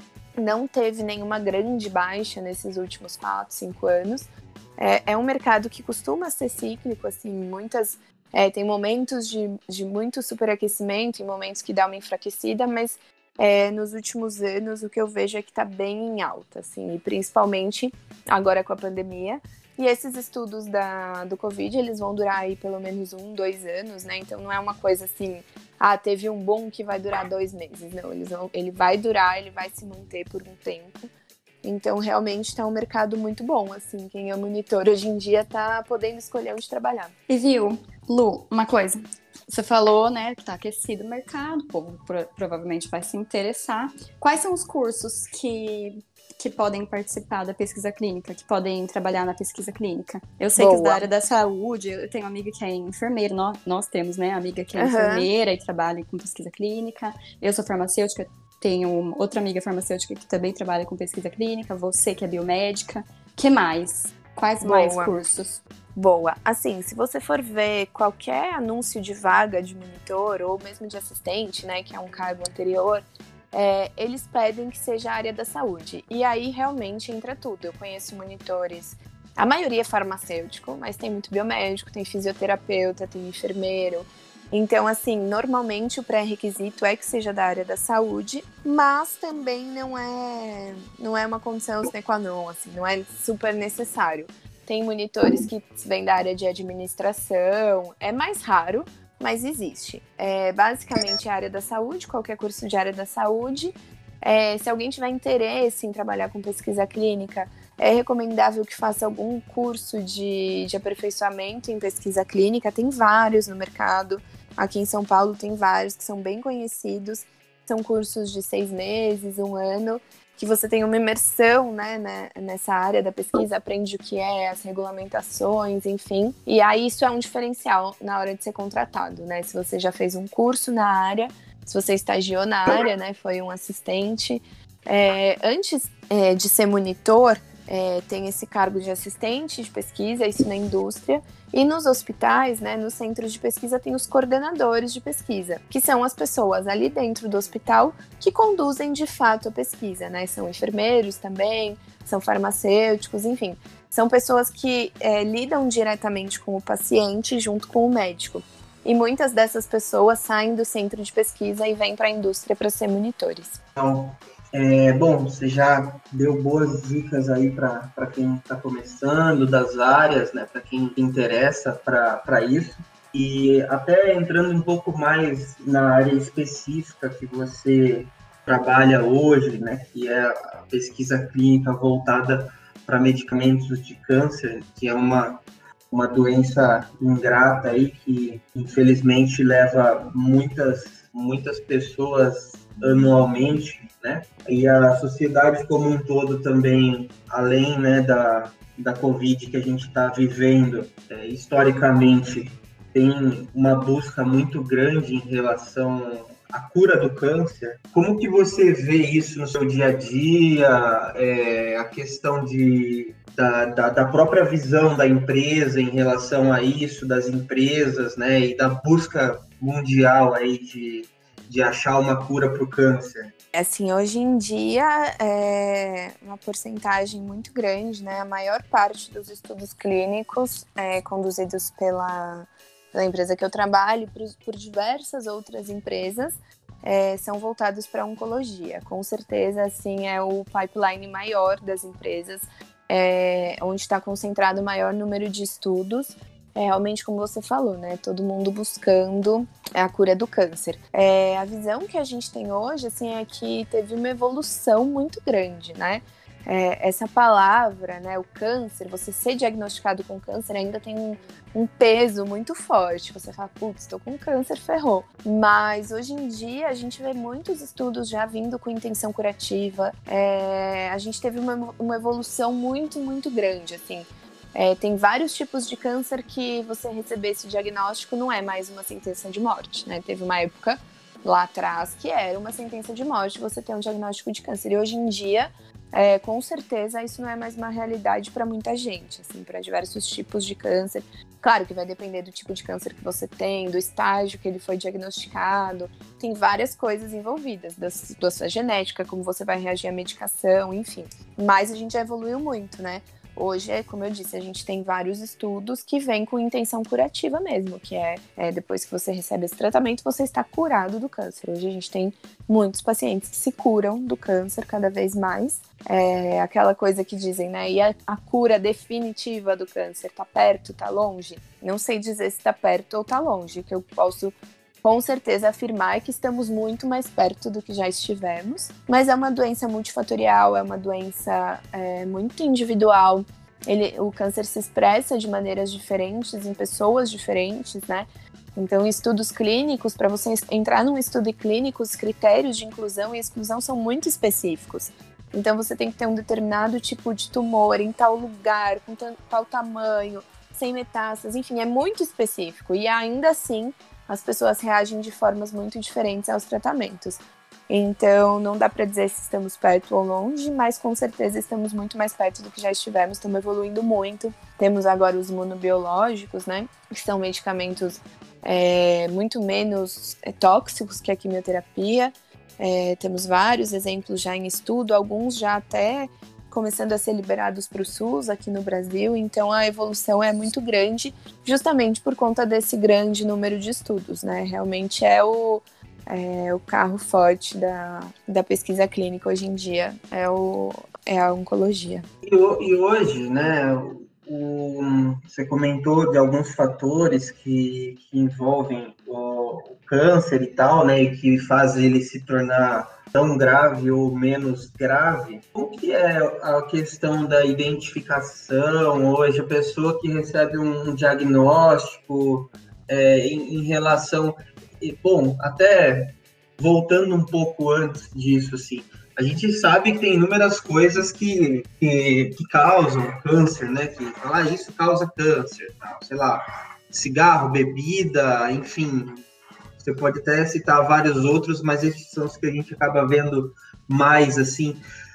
Não teve nenhuma grande baixa nesses últimos quatro, cinco anos. É, é um mercado que costuma ser cíclico, assim, muitas... É, tem momentos de, de muito superaquecimento e momentos que dá uma enfraquecida, mas é, nos últimos anos o que eu vejo é que está bem em alta, assim, e principalmente agora com a pandemia. E esses estudos da, do Covid, eles vão durar aí pelo menos um, dois anos, né? Então não é uma coisa assim, ah, teve um boom que vai durar dois meses. Não, eles vão, ele vai durar, ele vai se manter por um tempo. Então, realmente, está um mercado muito bom, assim. Quem é monitor hoje em dia está podendo escolher onde trabalhar. E viu, Lu, uma coisa. Você falou, né, que está aquecido o mercado, o povo pro- provavelmente vai se interessar. Quais são os cursos que, que podem participar da pesquisa clínica, que podem trabalhar na pesquisa clínica? Eu sei Boa. que da área da saúde, eu tenho uma amiga que é enfermeira, nós, nós temos, né, amiga que é Uhum. enfermeira e trabalha com pesquisa clínica. Eu sou farmacêutica, tenho outra amiga farmacêutica que também trabalha com pesquisa clínica, você que é biomédica. Que mais? Quais Boa. mais cursos? Boa. Assim, se você for ver qualquer anúncio de vaga de monitor ou mesmo de assistente, né, que é um cargo anterior, é, eles pedem que seja a área da saúde. E aí, realmente, entra tudo. Eu conheço monitores, a maioria é farmacêutico, mas tem muito biomédico, tem fisioterapeuta, tem enfermeiro. Então, assim, normalmente o pré-requisito é que seja da área da saúde, mas também não é, não é uma condição sine qua non, assim, não é super necessário. Tem monitores que vêm da área de administração, é mais raro, mas existe. É basicamente a área da saúde, qualquer curso de área da saúde. É, se alguém tiver interesse em trabalhar com pesquisa clínica, É recomendável que faça algum curso de, de aperfeiçoamento em pesquisa clínica, tem vários no mercado. Aqui em São Paulo tem vários que são bem conhecidos. São cursos de seis meses, um ano, que você tem uma imersão, né, né, nessa área da pesquisa, aprende o que é, as regulamentações, enfim. E aí isso é um diferencial na hora de ser contratado, né? Se você já fez um curso na área, se você estagiou na área, né, foi um assistente. É, antes é, de ser monitor, é, tem esse cargo de assistente de pesquisa, isso na indústria. E nos hospitais, né, nos centros de pesquisa, tem os coordenadores de pesquisa, que são as pessoas ali dentro do hospital que conduzem de fato a pesquisa, né? São enfermeiros também, são farmacêuticos, enfim. São pessoas que é, lidam diretamente com o paciente junto com o médico. E muitas dessas pessoas saem do centro de pesquisa e vêm para a indústria para ser monitores. Então, é, bom, você já deu boas dicas aí para quem está começando, das áreas, né, para quem interessa para isso. E até entrando um pouco mais na área específica que você trabalha hoje, né, que é a pesquisa clínica voltada para medicamentos de câncer, que é uma, uma doença ingrata aí que infelizmente leva muitas, muitas pessoas anualmente, né? E a sociedade como um todo também, além, né, da, da Covid que a gente está vivendo, é, historicamente, tem uma busca muito grande em relação à cura do câncer. Como que você vê isso no seu dia a dia, é, a questão de, da, da, da própria visão da empresa em relação a isso, das empresas, né, e da busca mundial aí de de achar uma cura para o câncer? Assim, hoje em dia é uma porcentagem muito grande, né? A maior parte dos estudos clínicos é, conduzidos pela, pela empresa que eu trabalho, por, por diversas outras empresas, é, são voltados para a oncologia. Com certeza, assim, é o pipeline maior das empresas, é, onde está concentrado o maior número de estudos. É realmente como você falou, né? Todo mundo buscando a cura do câncer. É, a visão que a gente tem hoje, assim, é que teve uma evolução muito grande, né? É, essa palavra, né, o câncer, você ser diagnosticado com câncer ainda tem um, um peso muito forte. Você fala, putz, estou com câncer, ferrou. Mas hoje em dia a gente vê muitos estudos já vindo com intenção curativa. É, a gente teve uma, uma evolução muito, muito grande, assim. É, tem vários tipos de câncer que você receber esse diagnóstico não é mais uma sentença de morte, né? Teve uma época lá atrás que era uma sentença de morte você ter um diagnóstico de câncer. E hoje em dia, é, com certeza, isso não é mais uma realidade para muita gente, assim, para diversos tipos de câncer. Claro que vai depender do tipo de câncer que você tem, do estágio que ele foi diagnosticado. Tem várias coisas envolvidas, da, da sua genética, como você vai reagir à medicação, enfim. Mas a gente já evoluiu muito, né? Hoje, como eu disse, a gente tem vários estudos que vêm com intenção curativa mesmo, que é, é depois que você recebe esse tratamento, você está curado do câncer. Hoje a gente tem muitos pacientes que se curam do câncer cada vez mais. É aquela coisa que dizem, né? E a, a cura definitiva do câncer tá perto, tá longe? Não sei dizer se tá perto ou tá longe. O que eu posso com certeza afirmar que estamos muito mais perto do que já estivemos, mas é uma doença multifatorial, é uma doença é, muito individual. Ele, o câncer se expressa de maneiras diferentes em pessoas diferentes, né? Então, em estudos clínicos, para você entrar num estudo clínico, os critérios de inclusão e exclusão são muito específicos. Então, você tem que ter um determinado tipo de tumor em tal lugar, com tal tamanho, sem metástases, enfim, é muito específico. E ainda assim, as pessoas reagem de formas muito diferentes aos tratamentos. Então, não dá para dizer se estamos perto ou longe, mas com certeza estamos muito mais perto do que já estivemos, estamos evoluindo muito. Temos agora os imunobiológicos, né, que são medicamentos é, muito menos é, tóxicos que a quimioterapia. É, temos vários exemplos já em estudo, alguns já até começando a ser liberados para o SUS aqui no Brasil, então a evolução é muito grande, justamente por conta desse grande número de estudos, né? Realmente é o, é o carro forte da, da pesquisa clínica hoje em dia, é, o, é a oncologia. E, e hoje, né, o, você comentou de alguns fatores que, que envolvem o, o câncer e tal, né, e que faz ele se tornar tão grave ou menos grave. O que é a questão da identificação? Hoje, a pessoa que recebe um diagnóstico é, em, em relação... Bom, até voltando um pouco antes disso, assim, a gente sabe que tem inúmeras coisas que, que, que causam câncer, né? Que falar ah, isso causa câncer, tal, sei lá, cigarro, bebida, enfim. Você pode até citar vários outros, mas esses são os que a gente acaba vendo mais, assim.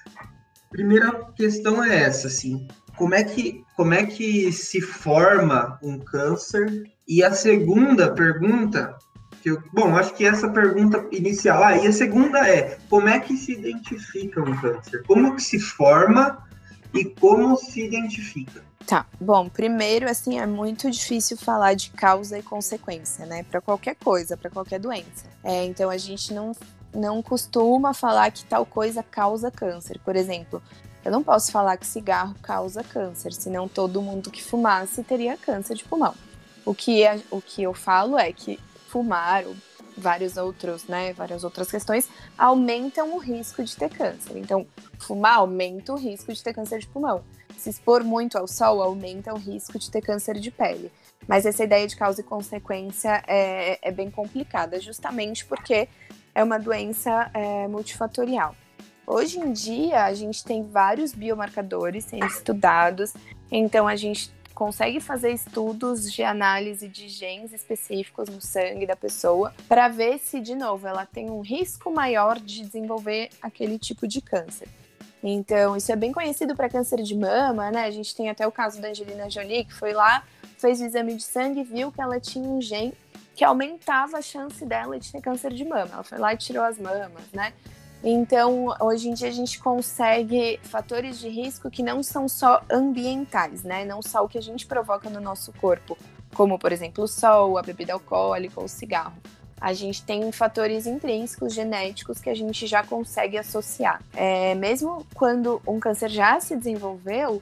Primeira questão é essa, assim, como é que, como é que se forma um câncer? E a segunda pergunta... Que eu, bom, acho que essa pergunta inicial... Ah, e a segunda é, como é que se identifica um câncer? Como que se forma e como se identifica? Tá, bom, primeiro, assim, é muito difícil falar de causa e consequência, né? Para qualquer coisa, para qualquer doença. É, então, a gente não, não costuma falar que tal coisa causa câncer. Por exemplo, eu não posso falar que cigarro causa câncer, senão todo mundo que fumasse teria câncer de pulmão. O que, é, o que eu falo é que fumar, ou vários outros, né, várias outras questões, aumentam o risco de ter câncer. Então, fumar aumenta o risco de ter câncer de pulmão. Se expor muito ao sol aumenta o risco de ter câncer de pele. Mas essa ideia de causa e consequência é, é bem complicada, justamente porque é uma doença é, multifatorial. Hoje em dia, a gente tem vários biomarcadores sendo estudados, então a gente consegue fazer estudos de análise de genes específicos no sangue da pessoa para ver se, de novo, ela tem um risco maior de desenvolver aquele tipo de câncer. Então, isso é bem conhecido para câncer de mama, né? A gente tem até o caso da Angelina Jolie, que foi lá, fez o exame de sangue e viu que ela tinha um gene que aumentava a chance dela de ter câncer de mama. Ela foi lá e tirou as mamas, né? Então, hoje em dia, a gente consegue fatores de risco que não são só ambientais, né? Não só o que a gente provoca no nosso corpo, como, por exemplo, o sol, a bebida alcoólica ou o cigarro. A gente tem fatores intrínsecos, genéticos, que a gente já consegue associar. É, mesmo quando um câncer já se desenvolveu,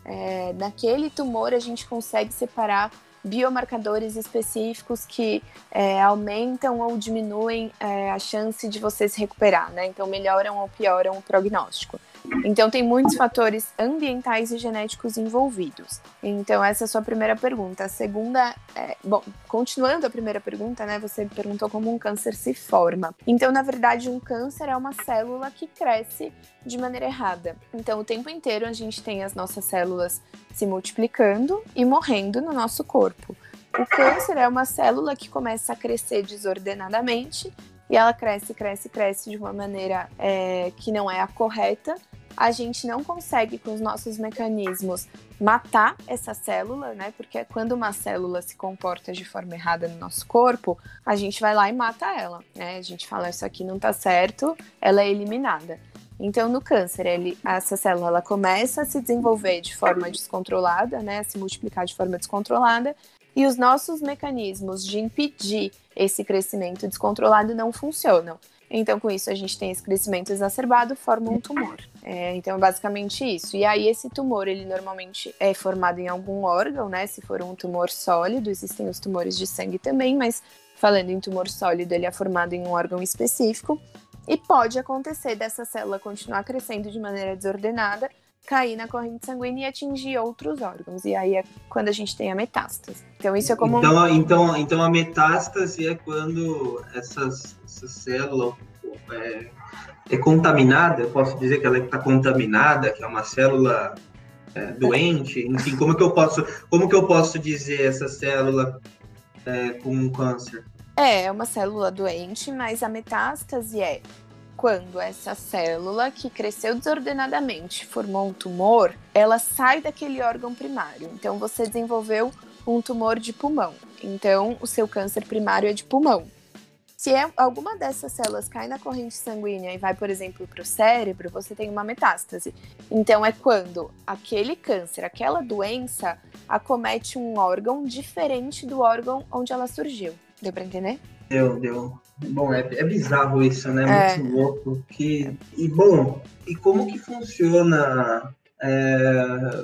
é, naquele tumor a gente consegue separar biomarcadores específicos que é, aumentam ou diminuem é, a chance de você se recuperar, né? Então melhoram ou pioram o prognóstico. Então tem muitos fatores ambientais e genéticos envolvidos. Então essa é a sua primeira pergunta. A segunda, é, bom, continuando a primeira pergunta, né? Você perguntou como um câncer se forma. Então, na verdade, um câncer é uma célula que cresce de maneira errada. Então, o tempo inteiro a gente tem as nossas células se multiplicando e morrendo no nosso corpo. O câncer é uma célula que começa a crescer desordenadamente e ela cresce, cresce, cresce de uma maneira é, que não é a correta. A gente não consegue, com os nossos mecanismos, matar essa célula, né? Porque quando uma célula se comporta de forma errada no nosso corpo, a gente vai lá e mata ela, né? A gente fala, isso aqui não tá certo, ela é eliminada. Então, no câncer, ele, essa célula ela começa a se desenvolver de forma descontrolada, né? A se multiplicar de forma descontrolada, e os nossos mecanismos de impedir esse crescimento descontrolado não funcionam. Então, com isso, a gente tem esse crescimento exacerbado, forma um tumor. É, então, é basicamente isso. E aí, esse tumor, ele normalmente é formado em algum órgão, né? Se for um tumor sólido, existem os tumores de sangue também, mas falando em tumor sólido, ele é formado em um órgão específico. E pode acontecer dessa célula continuar crescendo de maneira desordenada, cair na corrente sanguínea e atingir outros órgãos. E aí é quando a gente tem a metástase. Então, isso é como... Então, então, então a metástase é quando essas, essa célula é, é contaminada, eu posso dizer que ela está contaminada, que é uma célula é, doente, enfim, como que eu posso, como que eu posso dizer essa célula é, com um câncer? É, é uma célula doente, mas a metástase é quando essa célula que cresceu desordenadamente, formou um tumor, ela sai daquele órgão primário. Então, você desenvolveu um tumor de pulmão. Então, o seu câncer primário é de pulmão. Se é, alguma dessas células cai na corrente sanguínea e vai, por exemplo, para o cérebro, você tem uma metástase. Então, é quando aquele câncer, aquela doença, acomete um órgão diferente do órgão onde ela surgiu. Deu para entender? Deu, deu. Bom, é, é bizarro isso, né? Muito é. louco. Que... E, bom, e como que funciona... É...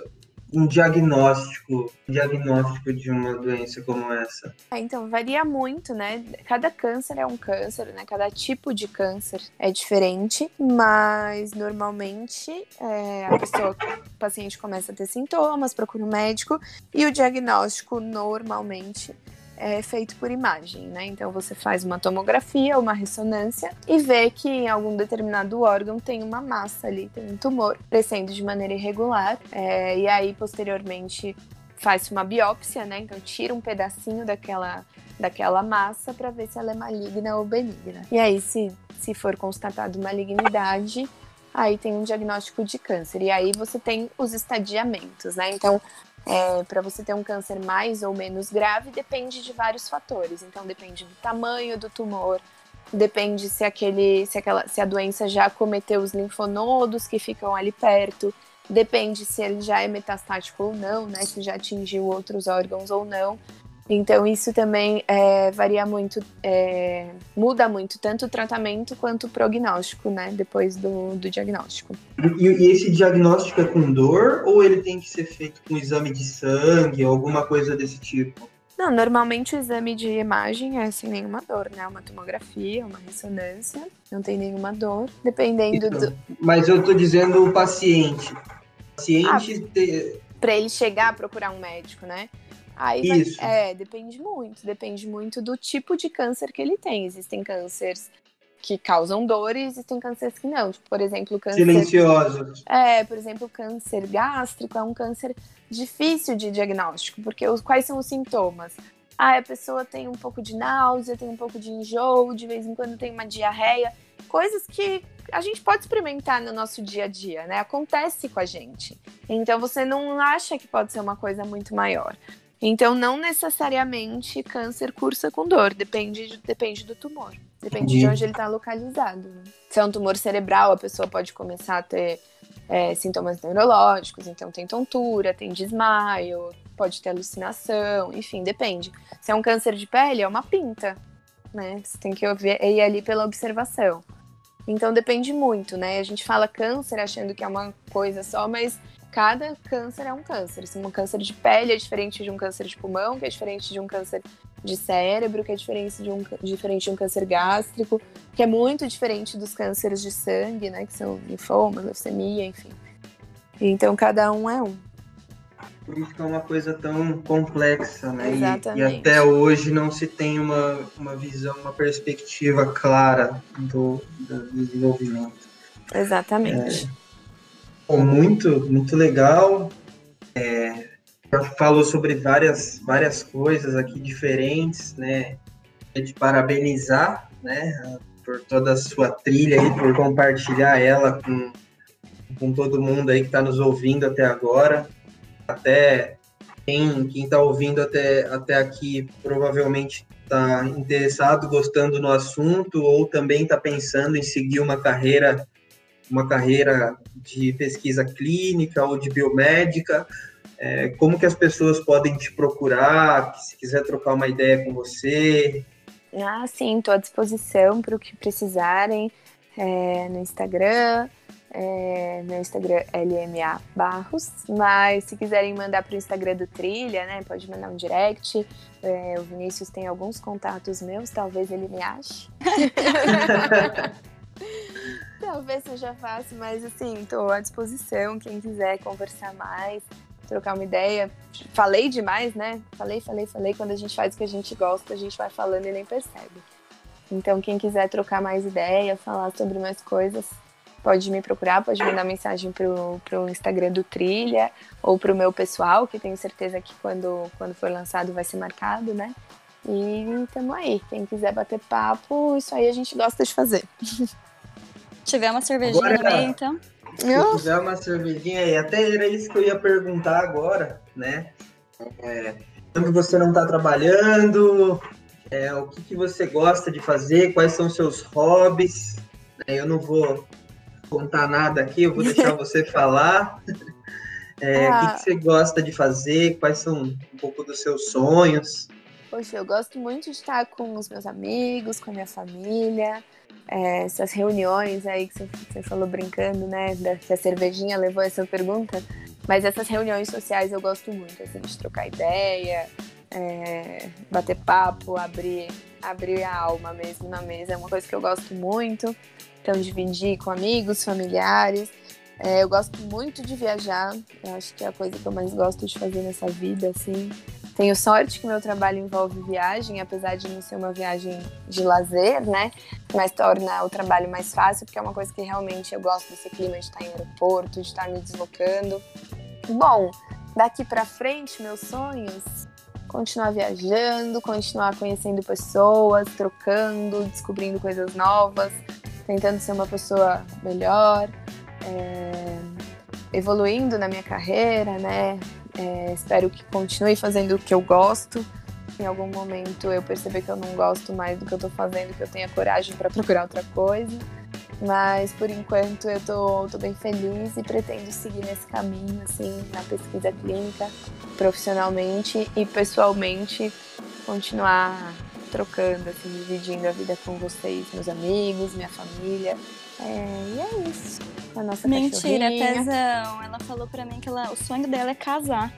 um diagnóstico, um diagnóstico de uma doença como essa? É, então, varia muito, né? Cada câncer é um câncer, né? Cada tipo de câncer é diferente, mas normalmente é, a pessoa, o paciente começa a ter sintomas, procura um médico e o diagnóstico normalmente é feito por imagem, né? Então você faz uma tomografia, uma ressonância e vê que em algum determinado órgão tem uma massa ali, tem um tumor crescendo de maneira irregular, é, e aí posteriormente faz uma biópsia, né? Então tira um pedacinho daquela, daquela massa para ver se ela é maligna ou benigna. E aí se, se for constatado malignidade, aí tem um diagnóstico de câncer. E aí você tem os estadiamentos, né? Então É, para você ter um câncer mais ou menos grave, depende de vários fatores. Então, depende do tamanho do tumor, depende se, aquele, se, aquela, se a doença já acometeu os linfonodos que ficam ali perto, depende se ele já é metastático ou não, né? Se já atingiu outros órgãos ou não. Então, isso também é, varia muito, é, muda muito, tanto o tratamento quanto o prognóstico, né? Depois do, do diagnóstico. E, e esse diagnóstico é com dor ou ele tem que ser feito com exame de sangue ou alguma coisa desse tipo? Não, normalmente o exame de imagem é sem nenhuma dor, né? Uma tomografia, uma ressonância, não tem nenhuma dor, dependendo Então, do... Mas eu tô dizendo o paciente. O paciente... Ah, te... Para ele chegar a procurar um médico, né? Aí vai, Isso. é, depende muito, depende muito do tipo de câncer que ele tem. Existem cânceres que causam dor e existem cânceres que não. Tipo, por exemplo, câncer... Silenciosos. É, por exemplo, o câncer gástrico é um câncer difícil de diagnóstico, porque os, quais são os sintomas? Ah, a pessoa tem um pouco de náusea, tem um pouco de enjoo, de vez em quando tem uma diarreia, coisas que a gente pode experimentar no nosso dia a dia, né? Acontece com a gente. Então você não acha que pode ser uma coisa muito maior. Então, não necessariamente câncer cursa com dor, depende, depende do tumor, depende Sim. de onde ele está localizado. Se é um tumor cerebral, a pessoa pode começar a ter é, sintomas neurológicos, então tem tontura, tem desmaio, pode ter alucinação, enfim, depende. Se é um câncer de pele, é uma pinta, né? Você tem que ir ali pela observação. Então, depende muito, né? A gente fala câncer achando que é uma coisa só, mas... Cada câncer é um câncer. Se um câncer de pele é diferente de um câncer de pulmão, que é diferente de um câncer de cérebro, que é diferente de um, diferente de um câncer gástrico, que é muito diferente dos cânceres de sangue, né? Que são linfoma, leucemia, enfim. Então, cada um é um. Por isso que é uma coisa tão complexa, né? Exatamente. E, e até hoje não se tem uma, uma visão, uma perspectiva clara do, do desenvolvimento. Exatamente. É... Bom, muito, muito legal. É, falou sobre várias, várias coisas aqui diferentes, né? É de parabenizar, né? Por toda a sua trilha aí, por compartilhar ela com, com todo mundo aí que está nos ouvindo até agora. Até quem quem está ouvindo até, até aqui provavelmente está interessado, gostando no assunto, ou também está pensando em seguir uma carreira uma carreira de pesquisa clínica ou de biomédica, é, como que as pessoas podem te procurar, se quiser trocar uma ideia com você? Ah, sim, estou à disposição para o que precisarem, é, no Instagram, é, meu Instagram é L M A Barros, mas se quiserem mandar para o Instagram do Trilha, né, pode mandar um direct, é, o Vinícius tem alguns contatos meus, talvez ele me ache. Talvez seja fácil, mas assim, estou à disposição, quem quiser conversar mais, trocar uma ideia. Falei demais, né? Falei, falei, falei. Quando a gente faz o que a gente gosta, a gente vai falando e nem percebe. Então, quem quiser trocar mais ideia, falar sobre mais coisas, pode me procurar, pode mandar mensagem pro, pro Instagram do Trilha ou pro meu pessoal, que tenho certeza que quando, quando for lançado vai ser marcado, né? E tamo aí. Quem quiser bater papo, isso aí a gente gosta de fazer. Se tiver uma cervejinha agora, no meio, então. Se tiver uma cervejinha aí, até era isso que eu ia perguntar agora, né? É, quando você não está trabalhando, é, o que, que você gosta de fazer, quais são seus hobbies? Eu não vou contar nada aqui, eu vou deixar você falar. É, ah. O que, que você gosta de fazer, quais são um pouco dos seus sonhos? Poxa, eu gosto muito de estar com os meus amigos, com a minha família. É, essas reuniões aí que você, você falou brincando, né, da, que a cervejinha levou essa pergunta, Mas essas reuniões sociais eu gosto muito, assim, de trocar ideia, é, bater papo, abrir, abrir a alma mesmo na mesa. É uma coisa que eu gosto muito. Então, dividir com amigos, familiares. É, eu gosto muito de viajar. Eu acho que é a coisa que eu mais gosto de fazer nessa vida, assim. Tenho sorte que meu trabalho envolve viagem, apesar de não ser uma viagem de lazer, né? Mas torna o trabalho mais fácil, porque é uma coisa que realmente eu gosto desse clima de estar em aeroporto, de estar me deslocando. Bom, daqui pra frente, meus sonhos, continuar viajando, continuar conhecendo pessoas, trocando, descobrindo coisas novas, tentando ser uma pessoa melhor, é, evoluindo na minha carreira, né? É, espero que continue fazendo o que eu gosto. Em algum momento eu perceber que eu não gosto mais do que eu tô fazendo, que eu tenha coragem para procurar outra coisa. Mas, por enquanto, eu tô, tô bem feliz e pretendo seguir nesse caminho, assim, na pesquisa clínica, profissionalmente e pessoalmente, continuar trocando, assim, dividindo a vida com vocês, meus amigos, minha família. É, e é isso. A nossa Mentira, cachorrinha. Tezão. Ela falou pra mim que ela, o sonho dela é casar.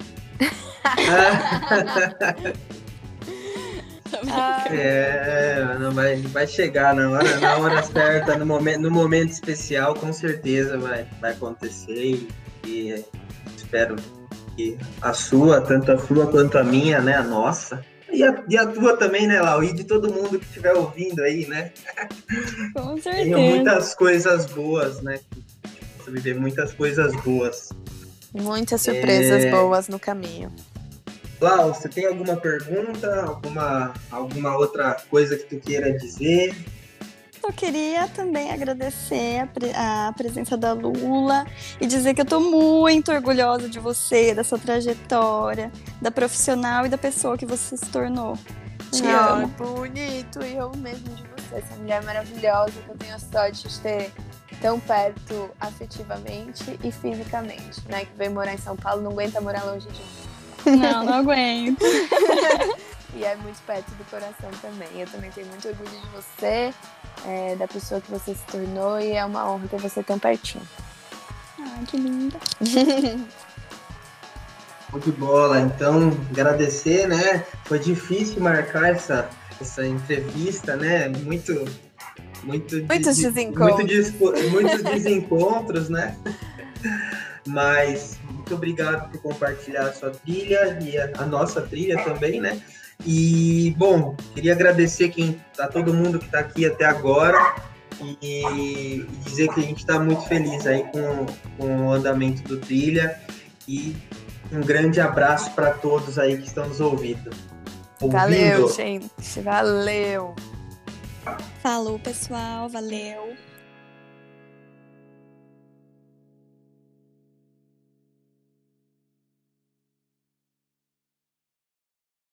É, não vai, vai chegar na hora, na hora certa, no momento, no momento especial, com certeza vai, vai acontecer e, e espero que a sua, tanto a sua quanto a minha, né, a nossa, e a, e a tua também, né, Lau, e de todo mundo que estiver ouvindo aí, né, Com certeza. tenham muitas coisas boas, né, você viver muitas coisas boas. Muitas surpresas É... boas no caminho. Lau, você tem alguma pergunta, alguma, alguma outra coisa que tu queira dizer? Eu queria também agradecer a, pre- a presença da Lula e dizer que eu tô muito orgulhosa de você, da sua trajetória, da profissional e da pessoa que você se tornou. Te Ai, amo. bonito, e eu mesmo de você, essa mulher maravilhosa que eu tenho a sorte de ter tão perto afetivamente e fisicamente, né? Que veio morar em São Paulo, não aguenta morar longe de mim. Não, não aguento. E é muito perto do coração também. Eu também tenho muito orgulho de você, é, da pessoa que você se tornou, e é uma honra ter você tão pertinho. Ai, que linda. Muito bola, então agradecer, né? Foi difícil marcar essa, essa entrevista, né? Muito, muito Muitos de- desencontros. muito dispo- muitos desencontros, né? Mas muito obrigado por compartilhar a sua trilha e a, a nossa trilha também, né? E, bom, queria agradecer quem, a todo mundo que está aqui até agora e, e dizer que a gente está muito feliz aí com, com o andamento do trilha e um grande abraço para todos aí que estão nos ouvindo. Valeu, ouvindo. gente. Valeu. Falou, pessoal. Valeu.